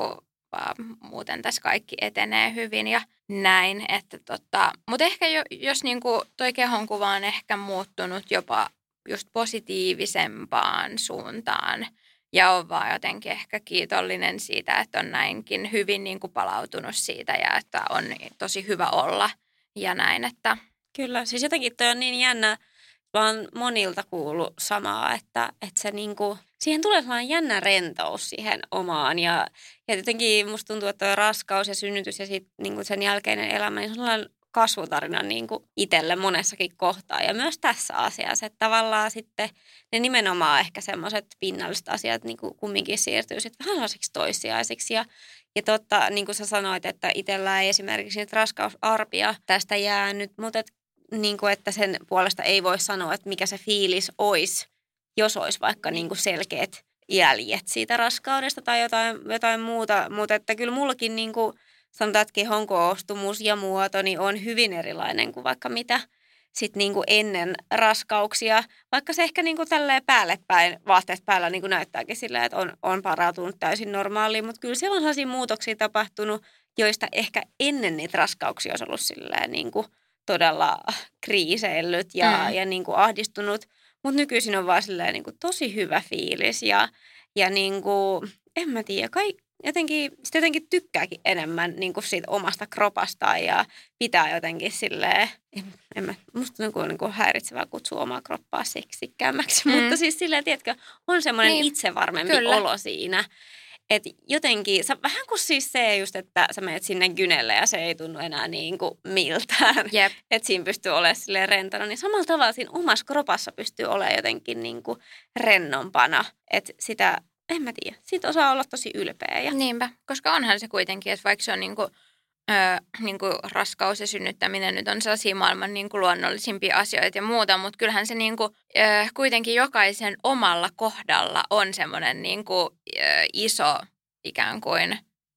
Speaker 3: vaan muuten tässä kaikki etenee hyvin ja näin. Että tota, mutta ehkä jo, jos niinku toi kehonkuva on ehkä muuttunut jopa just positiivisempaan suuntaan ja on vaan jotenkin ehkä kiitollinen siitä, että on näinkin hyvin niinku palautunut siitä ja että on tosi hyvä olla ja näin, että
Speaker 2: Kyllä, siis jotenkin toi on niin jännä, vaan monilta kuullut samaa, että, että se niinku, siihen tulee sellainen jännä rentous siihen omaan. Ja, ja jotenkin musta tuntuu, että toi raskaus ja synnytys ja sit, niinku sen jälkeinen elämä, niin se on sellainen kasvutarina niinku itselle monessakin kohtaa. Ja myös tässä asiassa, että tavallaan sitten ne nimenomaan ehkä semmoiset pinnalliset asiat niinku kumminkin siirtyy sitten vähän sellaisiksi toissijaisiksi. Ja, ja totta, niin kuin sä sanoit, että itsellä ei esimerkiksi niitä raskausarpia tästä jäänyt, mutta et, niin kuin, että sen puolesta ei voi sanoa, että mikä se fiilis olisi, jos olisi vaikka niin kuin selkeät jäljet siitä raskaudesta tai jotain, jotain muuta. Mutta että kyllä mullakin niin kuin sanotaan, että kehon koostumus ja muoto niin on hyvin erilainen kuin vaikka mitä sitten niin kuin ennen raskauksia. Vaikka se ehkä niin kuin tälleen päälle päin, vaatteet päällä niin kuin näyttääkin silleen, että on, on parantunut täysin normaaliin. Mutta kyllä siellä on sellaisia muutoksia tapahtunut, joista ehkä ennen niitä raskauksia olisi ollut silleen niin kuin todella kriiseillyt ja, mm. ja niin kuin ahdistunut, mutta nykyisin on vaan silleen niin kuin tosi hyvä fiilis ja, ja niin kuin, en mä tiedä, kai, jotenkin, sitä jotenkin tykkääkin enemmän niin kuin siitä omasta kropastaan ja pitää jotenkin silleen, en, en mä, musta on niin kuin häiritsevää kutsua omaa kroppaa seksikkäämmäksi, mm. mutta siis silleen, tiedätkö, on semmoinen niin. itsevarmempi Kyllä. olo siinä. Että jotenkin, vähän kuin siis se just, että sä menet sinne gynelle ja se ei tunnu enää niin kuin miltään. Yep. Että siinä pystyy olemaan silleen rentona. Niin samalla tavalla siinä omassa kropassa pystyy olemaan jotenkin niin kuin rennompana. Että sitä, en mä tiedä, siitä osaa olla tosi ylpeä. Ja...
Speaker 3: Niinpä, koska onhan se kuitenkin, että vaikka se on niin kuin, äh, niin kuin raskaus ja synnyttäminen nyt on sellaisia maailman niin kuin luonnollisimpia asioita ja muuta, mutta kyllähän se niin kuin, äh, kuitenkin jokaisen omalla kohdalla on semmoinen niin kuin, äh, iso ikään kuin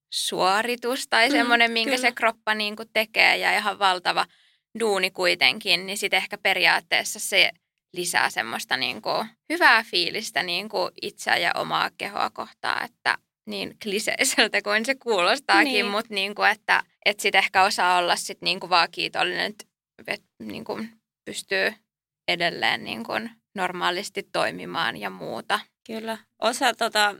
Speaker 3: suoritus tai semmoinen, mm, minkä kyllä. se kroppa niin kuin tekee ja ihan valtava duuni kuitenkin, niin sitten ehkä periaatteessa se lisää semmoista niin kuin hyvää fiilistä niin kuin itseä ja omaa kehoa kohtaan, että niin kliseiseltä kuin se kuulostaakin, niin. mutta niin kuin, että, että sitten ehkä osaa olla sit niin kuin vaan kiitollinen, että, että niin kuin pystyy edelleen niin kuin normaalisti toimimaan ja muuta.
Speaker 2: Kyllä. Osa tota,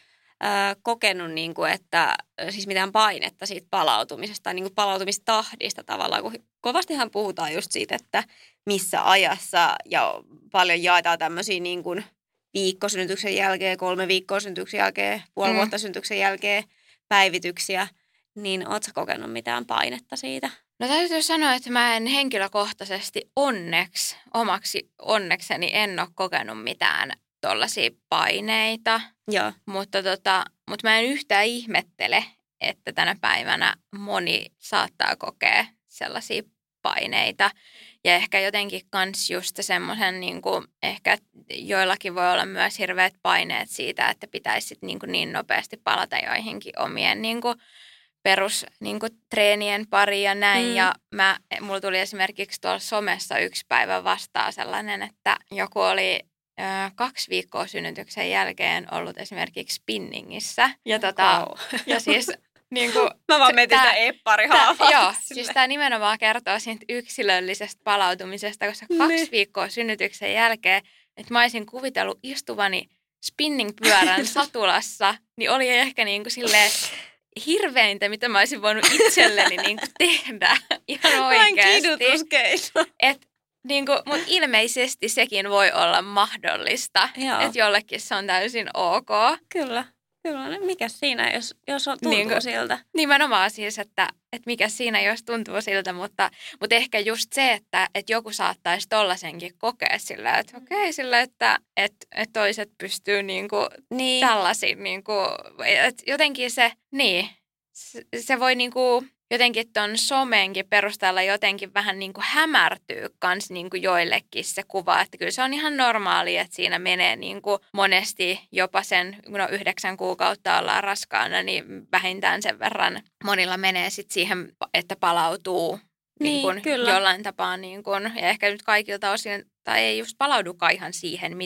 Speaker 2: äh, kokenut, niin kuin, että siis mitään painetta siitä palautumisesta tai niin kuin palautumistahdista tavallaan, kun kovastihan puhutaan just siitä, että missä ajassa ja paljon jaetaan tämmöisiä niin kuin viikkosynnytyksen jälkeen, kolme viikkoa synnytyksen jälkeen, puoli mm. vuotta synnytyksen jälkeen päivityksiä, niin ootko kokenut mitään painetta siitä?
Speaker 3: No täytyy sanoa, että mä en henkilökohtaisesti onneksi, omaksi onnekseni en ole kokenut mitään tollaisia paineita,
Speaker 2: Joo.
Speaker 3: Mutta, tota, mutta mä en yhtään ihmettele, että tänä päivänä moni saattaa kokea sellaisia paineita. Ja ehkä jotenkin kans just semmoisen, niin kuin, ehkä joillakin voi olla myös hirveät paineet siitä, että pitäisi sit niin, kuin niin nopeasti palata joihinkin omien niin kuin perus niin kuin treenien pariin ja näin. Mm. Ja mä, mulla tuli esimerkiksi tuolla somessa yksi päivä vastaan sellainen, että joku oli ö, kaksi viikkoa synnytyksen jälkeen ollut esimerkiksi spinningissä. Ja, tota, wow. ja siis... Niin kuin,
Speaker 2: mä vaan mietin sitä epparihaavaa.
Speaker 3: Joo, siis tämä nimenomaan kertoo siitä yksilöllisestä palautumisesta, koska kaksi niin. viikkoa synnytyksen jälkeen, että mä olisin kuvitellut istuvani spinning-pyörän satulassa, niin oli ehkä niin kuin silleen hirveintä, mitä mä olisin voinut itselleni niin kuin tehdä ihan oikeasti.
Speaker 2: Vain kidutuskeino.
Speaker 3: Et, niin kuin, mutta ilmeisesti sekin voi olla mahdollista, että jollekin se on täysin ok.
Speaker 2: Kyllä. Kyllä, mikä siinä, jos, jos tuntuu niin, siltä?
Speaker 3: Nimenomaan siis, että, että mikä siinä, jos tuntuu siltä, mutta, mutta ehkä just se, että, että joku saattaisi tollaisenkin kokea sillä, että okei, okay, sillä, että, että, että toiset pystyy niin kuin niin. tällaisiin, niin kuin, että jotenkin se, niin, se, se voi niin kuin jotenkin ton somenkin perusteella jotenkin vähän niin kuin hämärtyy kans niin kuin joillekin se kuva, että kyllä se on ihan normaali, että siinä menee niin kuin monesti jopa sen, kun no yhdeksän kuukautta ollaan raskaana, niin vähintään sen verran monilla menee sitten siihen, että palautuu niin, niin kuin jollain tapaa niin kuin, ja ehkä nyt kaikilta osin, tai ei just palaudukaan ihan siihen, mitä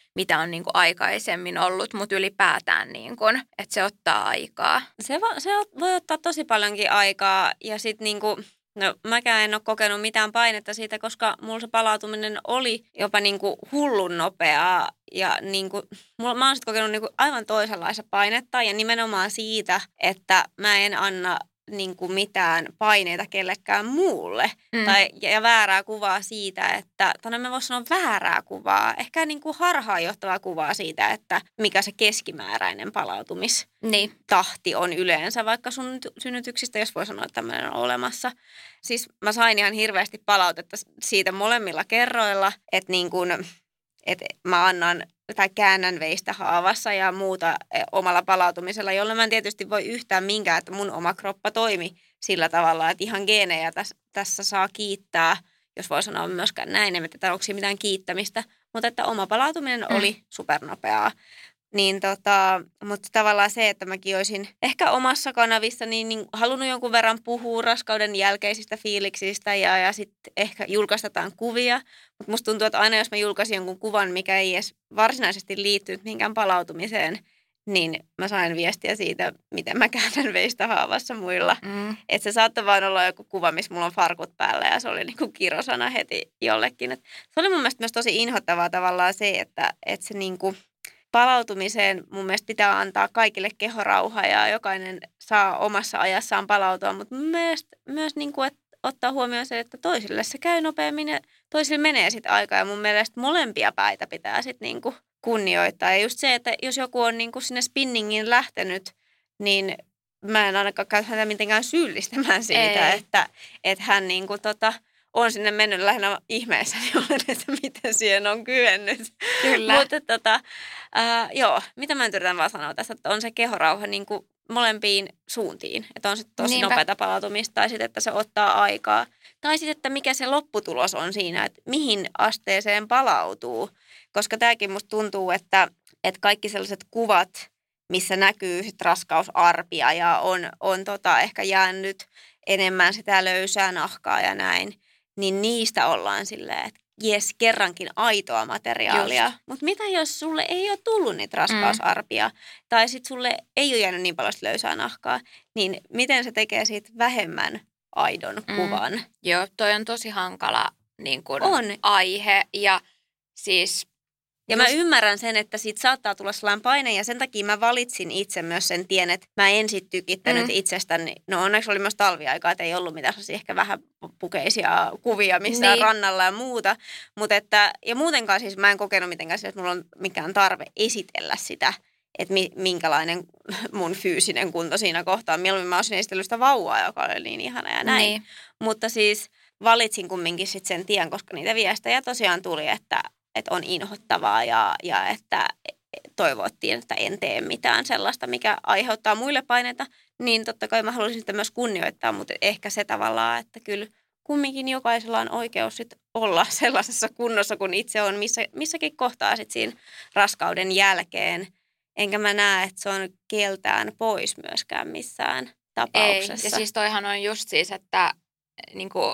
Speaker 3: mitä on niin kuin aikaisemmin ollut, mutta ylipäätään, niin kuin, että se ottaa aikaa.
Speaker 2: Se, vo, se voi ottaa tosi paljonkin aikaa ja sitten niinku, no mäkään en ole kokenut mitään painetta siitä, koska mulla se palautuminen oli jopa niinku hullun nopeaa ja niinku, mulla, mä oon sitten kokenut niinku aivan toisenlaista painetta ja nimenomaan siitä, että mä en anna niinku mitään paineita kellekään muulle mm. tai, ja, ja väärää kuvaa siitä, että, tai mä voin sanoa väärää kuvaa, ehkä niinku harhaanjohtavaa kuvaa siitä, että mikä se keskimääräinen palautumistahti on yleensä, vaikka sun synnytyksistä, jos voi sanoa, että tämmöinen on olemassa. Siis mä sain ihan hirveästi palautetta siitä molemmilla kerroilla, että niin kun, että mä annan tai käännän veistä haavassa ja muuta omalla palautumisella, jolla mä en tietysti voi yhtään minkään, että mun oma kroppa toimi sillä tavalla, että ihan geenejä tässä, tässä saa kiittää, jos voi sanoa myöskään näin, en tiedä, onko siinä mitään kiittämistä, mutta että oma palautuminen mm. oli supernopeaa. Niin tota, mutta tavallaan se, että mäkin olisin ehkä omassa kanavissa niin, niin halunnut jonkun verran puhua raskauden jälkeisistä fiiliksistä ja, ja sitten ehkä julkaistetaan kuvia. Mutta musta tuntuu, että aina jos mä julkaisin jonkun kuvan, mikä ei edes varsinaisesti liittynyt mihinkään palautumiseen, niin mä sain viestiä siitä, miten mä käännän veistä haavassa muilla. Mm. Että se saattoi vaan olla joku kuva, missä mulla on farkut päällä ja se oli niinku kirosana heti jollekin. Et se oli mun mielestä myös tosi inhottavaa tavallaan se, että, että se niinku palautumiseen mun mielestä pitää antaa kaikille kehorauha ja jokainen saa omassa ajassaan palautua, mutta mun mielestä myös niin kuin, että ottaa huomioon se, että toisille se käy nopeammin ja toisille menee sitten aikaa ja mun mielestä molempia päitä pitää sitten niin kuin kunnioittaa. Ja just se, että jos joku on niin kuin sinne spinningiin lähtenyt, niin mä en ainakaan käy häntä mitenkään syyllistämään siitä, että, että hän niin kuin tota, on sinne mennyt lähinnä ihmeessäni olen, että miten siihen on kyennyt.
Speaker 3: Kyllä.
Speaker 2: Mutta tota, äh, joo, mitä mä nyt yritän vaan sanoa tässä, että on se kehorauha niin kuin molempiin suuntiin. Että on se tosi Niinpä. nopeata palautumista tai sitten, että se ottaa aikaa. Tai sitten, että mikä se lopputulos on siinä, että mihin asteeseen palautuu. Koska tämäkin musta tuntuu, että, että kaikki sellaiset kuvat, missä näkyy sit raskausarpia ja on, on tota ehkä jäänyt enemmän sitä löysää nahkaa ja näin, niin niistä ollaan silleen, että jes, kerrankin aitoa materiaalia. Mutta mitä jos sulle ei ole tullut niitä raskausarpia, mm. tai sitten sulle ei ole jäänyt niin paljon löysää nahkaa, niin miten se tekee siitä vähemmän aidon mm. kuvan?
Speaker 3: Joo, toi on tosi hankala niin kun,
Speaker 2: on.
Speaker 3: aihe, ja siis
Speaker 2: Ja just... mä ymmärrän sen, että siitä saattaa tulla sellainen paine ja sen takia mä valitsin itse myös sen tien, että mä en sit tykittänyt mm. itsestäni. No onneksi oli myös talviaikaa, että ei ollut mitään ehkä vähän pukeisia kuvia missään niin. rannalla ja muuta. Mut että, ja muutenkaan siis mä en kokenut mitenkään sitä, että mulla on mikään tarve esitellä sitä, että mi, minkälainen mun fyysinen kunto siinä kohtaa. Mieluummin mä olisin esitellyt sitä vauvaa, joka oli niin ihana ja näin. Niin. Mutta siis valitsin kumminkin sit sen tien, koska niitä viestejä tosiaan tuli, että että on inhottavaa ja, ja että toivottiin, että en tee mitään sellaista, mikä aiheuttaa muille paineita, niin totta kai mä haluaisin sitä myös kunnioittaa, mutta ehkä se tavallaan, että kyllä kumminkin jokaisella on oikeus sit olla sellaisessa kunnossa, kun itse on missä, missäkin kohtaa sit siinä raskauden jälkeen. Enkä mä näe, että se on keltään pois myöskään missään tapauksessa.
Speaker 3: Ei, ja siis toihan on just siis, että niinku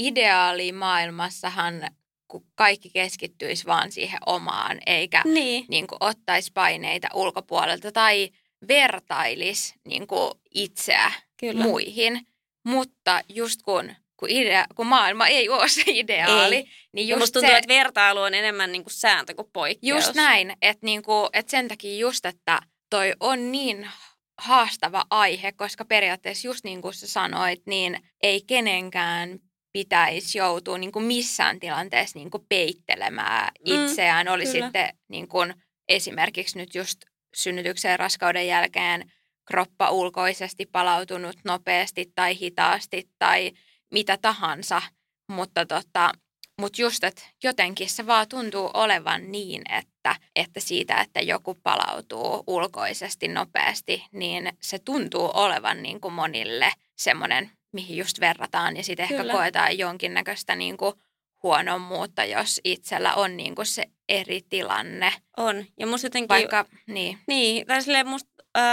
Speaker 3: ideaalimaailmassahan kun kaikki keskittyisi vaan siihen omaan, eikä niin. Niin kuin ottaisi paineita ulkopuolelta tai vertailisi niin kuin itseä Kyllä. muihin. Mutta just kun, kun, idea, kun maailma ei ole se ideaali, ei. niin just
Speaker 2: musta tuntuu, se, että vertailu on enemmän niin kuin sääntö kuin poikkeus.
Speaker 3: Just näin, että, niin kuin, että sen takia just, että toi on niin haastava aihe, koska periaatteessa just niin kuin sä sanoit, niin ei kenenkään pitäisi joutua niin kuin missään tilanteessa niin kuin peittelemään itseään. Mm, Oli kyllä. sitten niin kuin esimerkiksi nyt just synnytyksen ja raskauden jälkeen kroppa ulkoisesti palautunut nopeasti tai hitaasti tai mitä tahansa. Mutta, tota, mutta just, että jotenkin se vaan tuntuu olevan niin, että, että siitä, että joku palautuu ulkoisesti nopeasti, niin se tuntuu olevan niin kuin monille semmoinen, mihin just verrataan ja sitten ehkä koetaan jonkinnäköistä niin kuin huonommuutta, jos itsellä on niin kuin se eri tilanne.
Speaker 2: On. Ja musta jotenkin...
Speaker 3: Vaikka, niin.
Speaker 2: Niin, tai silleen musta, äh,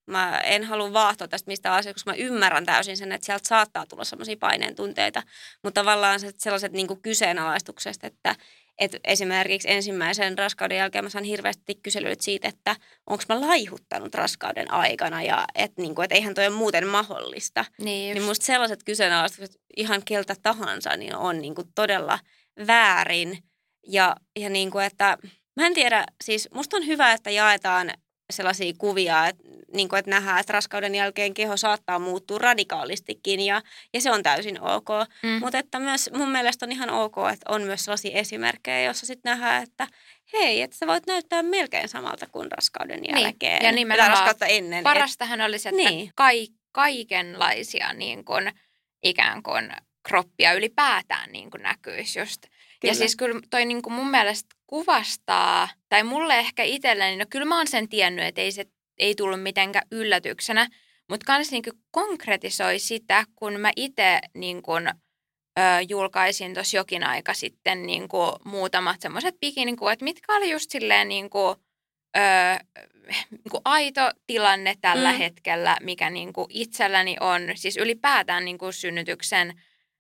Speaker 2: Mä en halua vaahtoa tästä mistä asiasta, koska mä ymmärrän täysin sen, että sieltä saattaa tulla sellaisia paineen tunteita. Mutta tavallaan sellaiset niin kuin kyseenalaistuksesta, että et esimerkiksi ensimmäisen raskauden jälkeen mä saan hirveästi kyselyitä siitä, että onko mä laihuttanut raskauden aikana ja että niinku, et eihän toi ole muuten mahdollista.
Speaker 3: Niin,
Speaker 2: niin musta sellaiset kyseenalaistukset ihan keltä tahansa niin on niinku todella väärin. Ja, ja niinku, että mä en tiedä, siis musta on hyvä, että jaetaan sellaisia kuvia, että, niin kuin, että nähdään, että raskauden jälkeen keho saattaa muuttua radikaalistikin ja, ja se on täysin ok. Mm. Mutta että myös mun mielestä on ihan ok, että on myös sellaisia esimerkkejä, joissa sitten nähdään, että hei, että sä voit näyttää melkein samalta kuin raskauden jälkeen.
Speaker 3: Niin. Ja nimenomaan
Speaker 2: raskautta ennen.
Speaker 3: Parastahan et, olisi, että niin. kai, kaikenlaisia niin kuin, ikään kuin kroppia ylipäätään niin kuin näkyisi just. Kyllä. Ja siis kyllä toi niin kuin mun mielestä kuvastaa, tai mulle ehkä itselleni, no kyllä mä oon sen tiennyt, että ei se ei tullut mitenkään yllätyksenä, mutta kans niin kuin konkretisoi sitä, kun mä itse niin kuin, ö, julkaisin tuossa jokin aika sitten niin kuin muutamat semmoiset bikinikuvat, mitkä oli just silleen niin kuin, ö, niin kuin aito tilanne tällä mm. hetkellä, mikä niin kuin itselläni on, siis ylipäätään niin kuin synnytyksen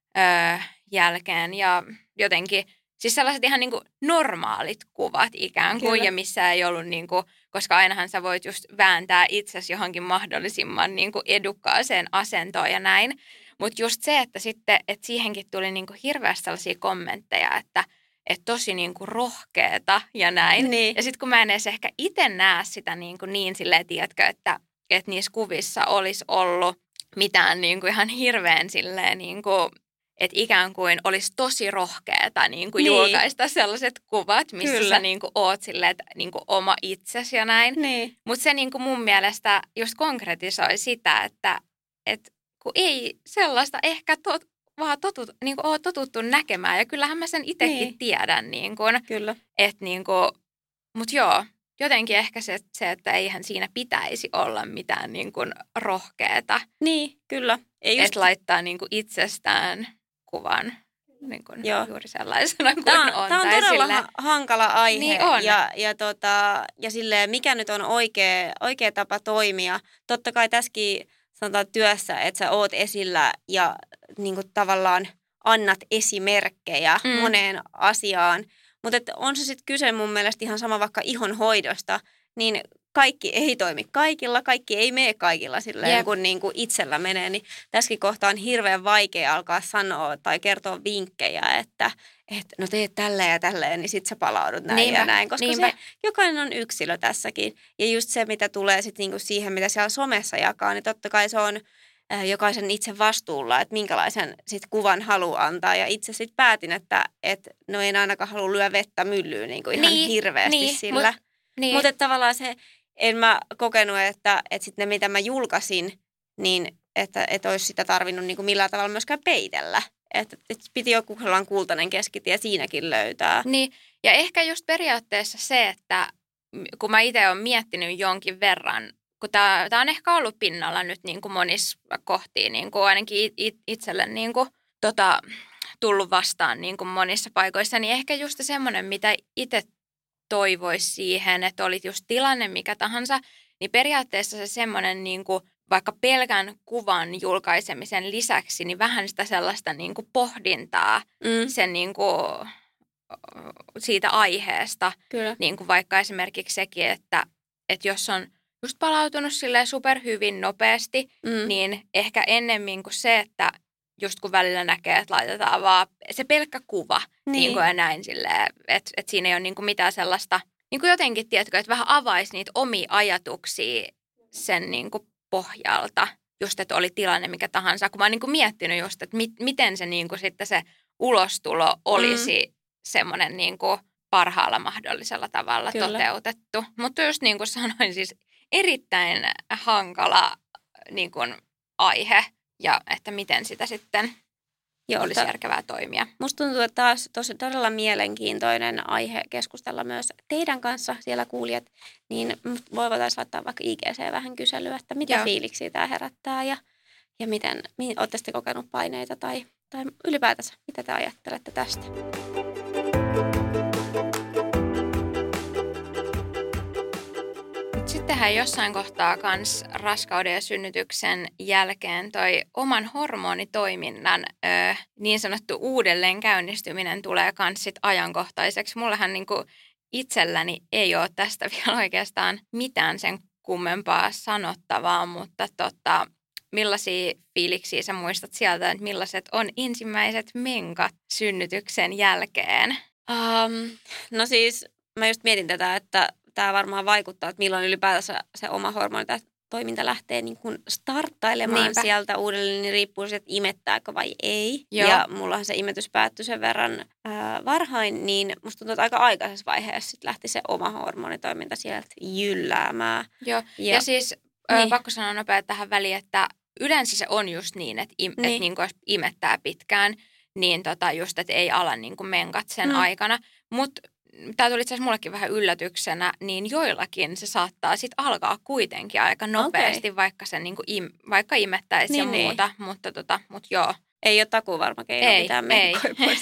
Speaker 3: ö, jälkeen ja jotenkin, siis sellaiset ihan niin kuin normaalit kuvat ikään kuin, Kyllä. ja missä ei ollut niin kuin, koska ainahan sä voit just vääntää itsesi johonkin mahdollisimman niin kuin edukkaaseen asentoon ja näin. Mutta just se, että sitten, että siihenkin tuli niin kuin hirveästi sellaisia kommentteja, että et tosi niin kuin rohkeeta ja näin.
Speaker 2: Niin.
Speaker 3: Ja sitten kun mä en edes ehkä itse näe sitä niin, kuin niin silleen, tiedätkö, että, että niissä kuvissa olisi ollut mitään niin kuin ihan hirveän silleen niin kuin, että ikään kuin olisi tosi rohkeata niin kuin niin. julkaista sellaiset kuvat, missä Kyllä. sä niin kuin oot silleen, että niin kuin oma itsesi ja näin.
Speaker 2: Niin.
Speaker 3: Mutta se niin kuin mun mielestä just konkretisoi sitä, että et kun ei sellaista ehkä tot, vaan totut, niin kuin ole totuttu näkemään. Ja kyllähän mä sen itsekin niin. tiedän. Niin kuin,
Speaker 2: Kyllä.
Speaker 3: Et niin kuin, mut joo, jotenkin ehkä se, se, että eihän siinä pitäisi olla mitään niin kuin rohkeata.
Speaker 2: Niin, kyllä.
Speaker 3: Ei just... Että laittaa niin kuin itsestään kuvan niin kuin juuri sellaisena kuin
Speaker 2: tämä,
Speaker 3: on.
Speaker 2: Tämä on
Speaker 3: tai
Speaker 2: todella
Speaker 3: sille...
Speaker 2: hankala aihe
Speaker 3: niin on.
Speaker 2: ja, ja, tota, ja silleen, mikä nyt on oikea, oikea tapa toimia. Totta kai tässäkin sanotaan työssä, että sä oot esillä ja niin kuin tavallaan annat esimerkkejä mm. moneen asiaan. Mutta on se sitten kyse mun mielestä ihan sama vaikka ihonhoidosta, niin kaikki ei toimi kaikilla, kaikki ei mene kaikilla silleen, yep. kun niin kuin itsellä menee. Niin tässäkin kohtaa on hirveän vaikea alkaa sanoa tai kertoa vinkkejä, että, että no teet tälleen ja tälleen, niin sitten sä palaudut näin niinpä, ja näin. Koska niinpä. se jokainen on yksilö tässäkin. Ja just se, mitä tulee sitten niinku siihen, mitä siellä somessa jakaa, niin totta kai se on äh, jokaisen itse vastuulla, että minkälaisen sit kuvan haluaa antaa. Ja itse sitten päätin, että et, no en ainakaan halua lyö vettä myllyyn niin kuin ihan niin, hirveästi niin, sillä. Mut, niin. Mutta tavallaan se... En mä kokenut, että, että sitten ne, mitä mä julkaisin, niin että, että olisi sitä tarvinnut niin kuin millään tavalla myöskään peitellä. Että, että piti joku sellainen kultainen keskitie siinäkin löytää.
Speaker 3: Niin, ja ehkä just periaatteessa se, että kun mä itse olen miettinyt jonkin verran, kun tämä on ehkä ollut pinnalla nyt niin kuin monissa kohtiin, niin kuin ainakin it, itselle niin kuin, tota, tullut vastaan niin kuin monissa paikoissa, niin ehkä just semmoinen, mitä itse toivoisi siihen, että olit just tilanne mikä tahansa, niin periaatteessa se semmoinen niin kuin vaikka pelkän kuvan julkaisemisen lisäksi, niin vähän sitä sellaista niin kuin pohdintaa mm. sen niin kuin siitä aiheesta.
Speaker 2: Kyllä.
Speaker 3: Niin kuin vaikka esimerkiksi sekin, että, että jos on just palautunut silleen superhyvin nopeasti, mm. niin ehkä ennemmin kuin se, että just kun välillä näkee, että laitetaan vaan se pelkkä kuva, niin, niin kuin ja näin silleen, että, että siinä ei ole niin kuin mitään sellaista, niin kuin jotenkin, tiedätkö, että vähän avaisi niitä omia ajatuksia sen niin kuin pohjalta, just että oli tilanne mikä tahansa, kun mä oon niin kuin miettinyt just, että mit, miten se niin kuin sitten se ulostulo olisi mm. semmoinen niin kuin parhaalla mahdollisella tavalla Kyllä. toteutettu. Mutta just niin kuin sanoin, siis erittäin hankala niin kuin aihe. Ja että miten sitä sitten Joo, olisi ta- järkevää toimia.
Speaker 2: Musta tuntuu, että taas tosi, todella mielenkiintoinen aihe keskustella myös teidän kanssa siellä kuulijat. Niin voitaisiin laittaa vaikka I G C vähän kyselyä, että mitä Joo. fiiliksiä tämä herättää ja, ja miten, mihin, ootte sitten kokenut paineita tai, tai ylipäätänsä, mitä te ajattelette tästä.
Speaker 3: Sitten sittenhän jossain kohtaa kans raskauden ja synnytyksen jälkeen toi oman hormonitoiminnan ö, niin sanottu uudelleen käynnistyminen tulee kans sit ajankohtaiseksi. Mullahan niinku itselläni ei ole tästä vielä oikeastaan mitään sen kummempaa sanottavaa, mutta tota, millaisia fiiliksiä sä muistat sieltä, että millaiset on ensimmäiset menkat synnytyksen jälkeen?
Speaker 2: Um, no siis mä just mietin tätä, että tämä varmaan vaikuttaa, että milloin ylipäätänsä se oma hormonitoiminta lähtee niin kuin starttailemaan Niinpä. sieltä uudelleen, niin riippuu siitä, että imettääkö vai ei. Joo. Ja mullahan se imetys päättyi sen verran ää, varhain, niin musta tuntuu, että aika aikaisessa vaiheessa sit lähti se oma hormonitoiminta sieltä jylläämään.
Speaker 3: Joo, ja, ja siis niin. pakko sanoa nopeasti tähän väliin, että yleensä se on just niin, että, im, niin. että niin kuin jos imettää pitkään, niin tota just, että ei ala niin kuin menkat sen mm. aikana. Mutta tämä tuli itse asiassa mullekin vähän yllätyksenä, niin joillakin se saattaa sitten alkaa kuitenkin aika nopeasti, okay. vaikka, se niin kuin im, vaikka imettäisi niin, ja muuta. Niin. Mutta tota, mut joo.
Speaker 2: Ei ole takuvarma keino ei, mitään menkkoja pois.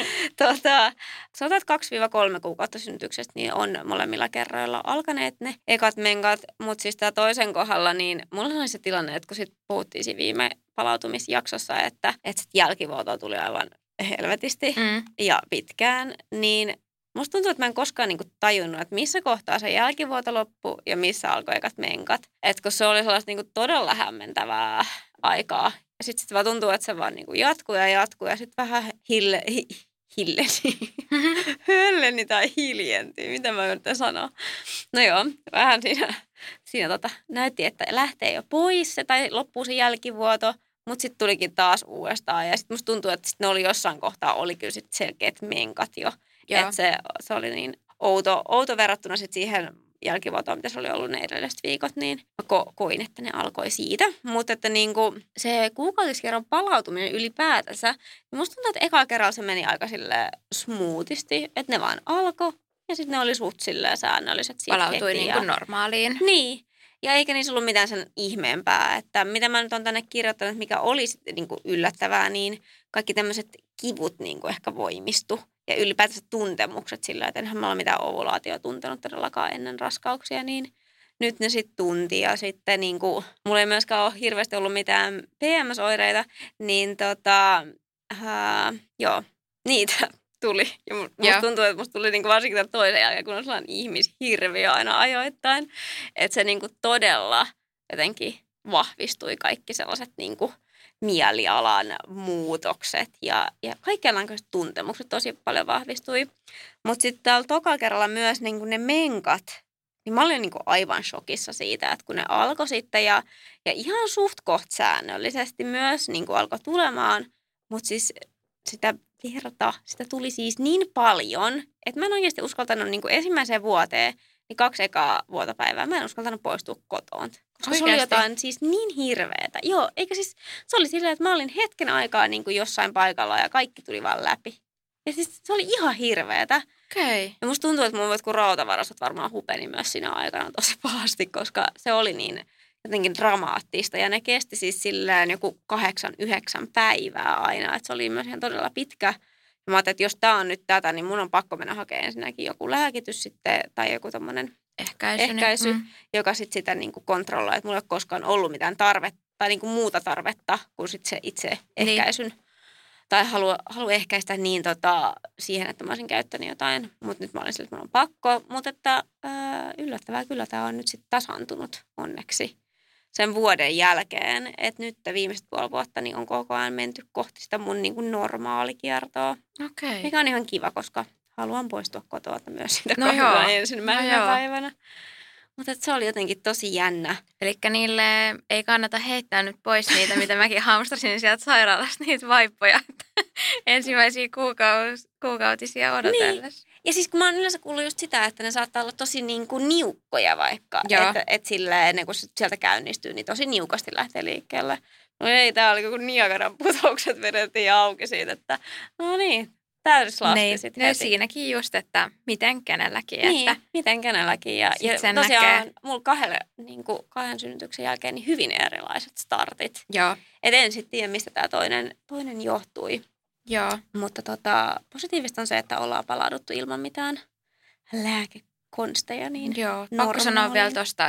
Speaker 2: tuota, sanotaan, että kaksi kolme kuukautta synnytyksestä niin on molemmilla kerroilla alkaneet ne ekat menkat. Mutta siis tämä toisen kohdalla, niin mulla oli se tilanne, että kun sitten puhuttiin siinä viime palautumisjaksossa, että, että jälkivuotoa tuli aivan helvetisti mm. ja pitkään, niin musta tuntuu, että mä en koskaan niinku tajunnut, että missä kohtaa se jälkivuoto loppui ja missä alkoi ekat menkat. Että kun se oli sellaista niinku todella hämmentävää aikaa. Ja sitten sit vaan tuntuu, että se vaan niinku jatkuu ja jatkuu ja sitten vähän hille, hi, hilleni, hölleni tai hiljentyi. Mitä mä yritän sanoa? No joo, vähän siinä, siinä tota, näytti, että lähtee jo pois se tai loppuu se jälkivuoto. Mutta sitten tulikin taas uudestaan ja sitten musta tuntuu, että sit ne oli jossain kohtaa, oli kyllä sit selkeät menkat jo. Että se, se oli niin outo, outo verrattuna sit siihen jälkivuotoon, mitä se oli ollut ne edelliset viikot, niin mä ko- koin, että ne alkoi siitä. Mutta että niinku se kuukautiskerran palautuminen ylipäätänsä, niin musta tuntuu, että eka kerralla se meni aika silleen smoothisti, että ne vaan alkoi ja sitten ne oli suht silleen säännölliset siitä
Speaker 3: palautui
Speaker 2: heti.
Speaker 3: niin kuin normaaliin.
Speaker 2: Niin. Ja eikä niissä ollut mitään sen ihmeempää, että mitä mä nyt on tänne kirjoittanut, mikä oli sitten niin kuin yllättävää, niin kaikki tämmöiset kivut niin kuin ehkä voimistu. Ja ylipäätänsä tuntemukset sillä, että enhän mä ole mitään ovulaatioa tuntenut todellakaan ennen raskauksia, niin nyt ne sitten tunti. Ja sitten niin kuin, mulla ei myöskään ole hirveästi ollut mitään P M S-oireita, niin tota, ää, joo, niitä tuli. Ja musta tuntuu, että musta tuli niinku varsinkin tämän toisen jälkeen, kun on sellainen ihmishirviö aina ajoittain. Että se niinku todella jotenkin vahvistui kaikki sellaiset niinku mielialan muutokset ja, ja kaikenlaiset tuntemukset tosi paljon vahvistui. Mutta sitten täällä tokalla kerralla myös niinku ne menkat, niin mä olin niinku aivan shokissa siitä, että kun ne alkoi sitten ja, ja ihan suht koht säännöllisesti myös niinku alkoi tulemaan, mutta siis sitä verta, sitä tuli siis niin paljon, että mä en oikeasti uskaltanut niin kuin ensimmäiseen vuoteen, niin kaksi ekaa vuotopäivää, mä en uskaltanut poistua kotoon. Koska oikeasti? Se oli jotain siis niin hirveetä. Joo, eikä siis, se oli silleen, että mä olin hetken aikaa niin kuin jossain paikalla ja kaikki tuli vaan läpi. Ja siis se oli ihan hirveetä.
Speaker 3: Okei. Okay.
Speaker 2: Ja musta tuntuu, että mun jotkut rautavarastot varmaan hupeni myös siinä aikana tosi pahasti, koska se oli niin jotenkin dramaattista. Ja ne kesti siis silleen joku kahdeksan, yhdeksän päivää aina. Että se oli myös ihan todella pitkä. Ja mä ajattelin, että jos tää on nyt tätä, niin mun on pakko mennä hakemaan ensinnäkin joku lääkitys sitten, tai joku tommonen
Speaker 3: ehkäisy,
Speaker 2: ehkäisy
Speaker 3: mm.
Speaker 2: joka sitten sitä niin kuin kontrolloi. Että mulla ei ole koskaan ollut mitään tarvetta, tai niin kuin muuta tarvetta kuin sit se itse ehkäisyn. Niin. Tai halu, halu ehkäistä niin tota, siihen, että mä olisin käyttänyt jotain. Mutta nyt mä olin sille, että mulla on pakko. Mutta että ää, yllättävää kyllä tämä on nyt sitten tasaantunut onneksi sen vuoden jälkeen. Että nyt viimeiset puoli vuotta niin on koko ajan menty kohti sitä mun niin kuin normaalikiertoa.
Speaker 3: Okay.
Speaker 2: Mikä on ihan kiva, koska haluan poistua kotoa myös siitä
Speaker 3: no
Speaker 2: kahdella ensimmäisenä
Speaker 3: no
Speaker 2: päivänä. Mutta se oli jotenkin tosi jännä.
Speaker 3: Elikkä niille ei kannata heittää nyt pois niitä, mitä mäkin hamstrasin sieltä sairaalasta, niitä vaippoja. Ensimmäisiä kuukaus, kuukautisia odotellessa.
Speaker 2: Niin. Ja siis kun mä oon yleensä kuullut just sitä, että ne saattaa olla tosi niin kuin niukkoja vaikka. Että et sillä ennen kuin sieltä käynnistyy, niin tosi niukasti lähtee liikkeelle. No ei, tää oli kun Niagaran putoukset vedettiin auki siitä, että no niin. Täydellislasti
Speaker 3: niin,
Speaker 2: sitten
Speaker 3: no
Speaker 2: heti.
Speaker 3: Siinäkin just, että miten kenelläkin.
Speaker 2: Niin,
Speaker 3: että
Speaker 2: miten kenelläkin. Ja, ja tosiaan näkee. Mulla kahdelle, niin kuin kahden synnytyksen jälkeen niin hyvin erilaiset startit.
Speaker 3: Joo.
Speaker 2: Et en sitten tiedä, mistä tämä toinen, toinen johtui.
Speaker 3: Joo.
Speaker 2: Mutta tota, positiivista on se, että ollaan palauduttu ilman mitään lääkekonsteja. Niin
Speaker 3: joo, pakko sanoa vielä tuosta, että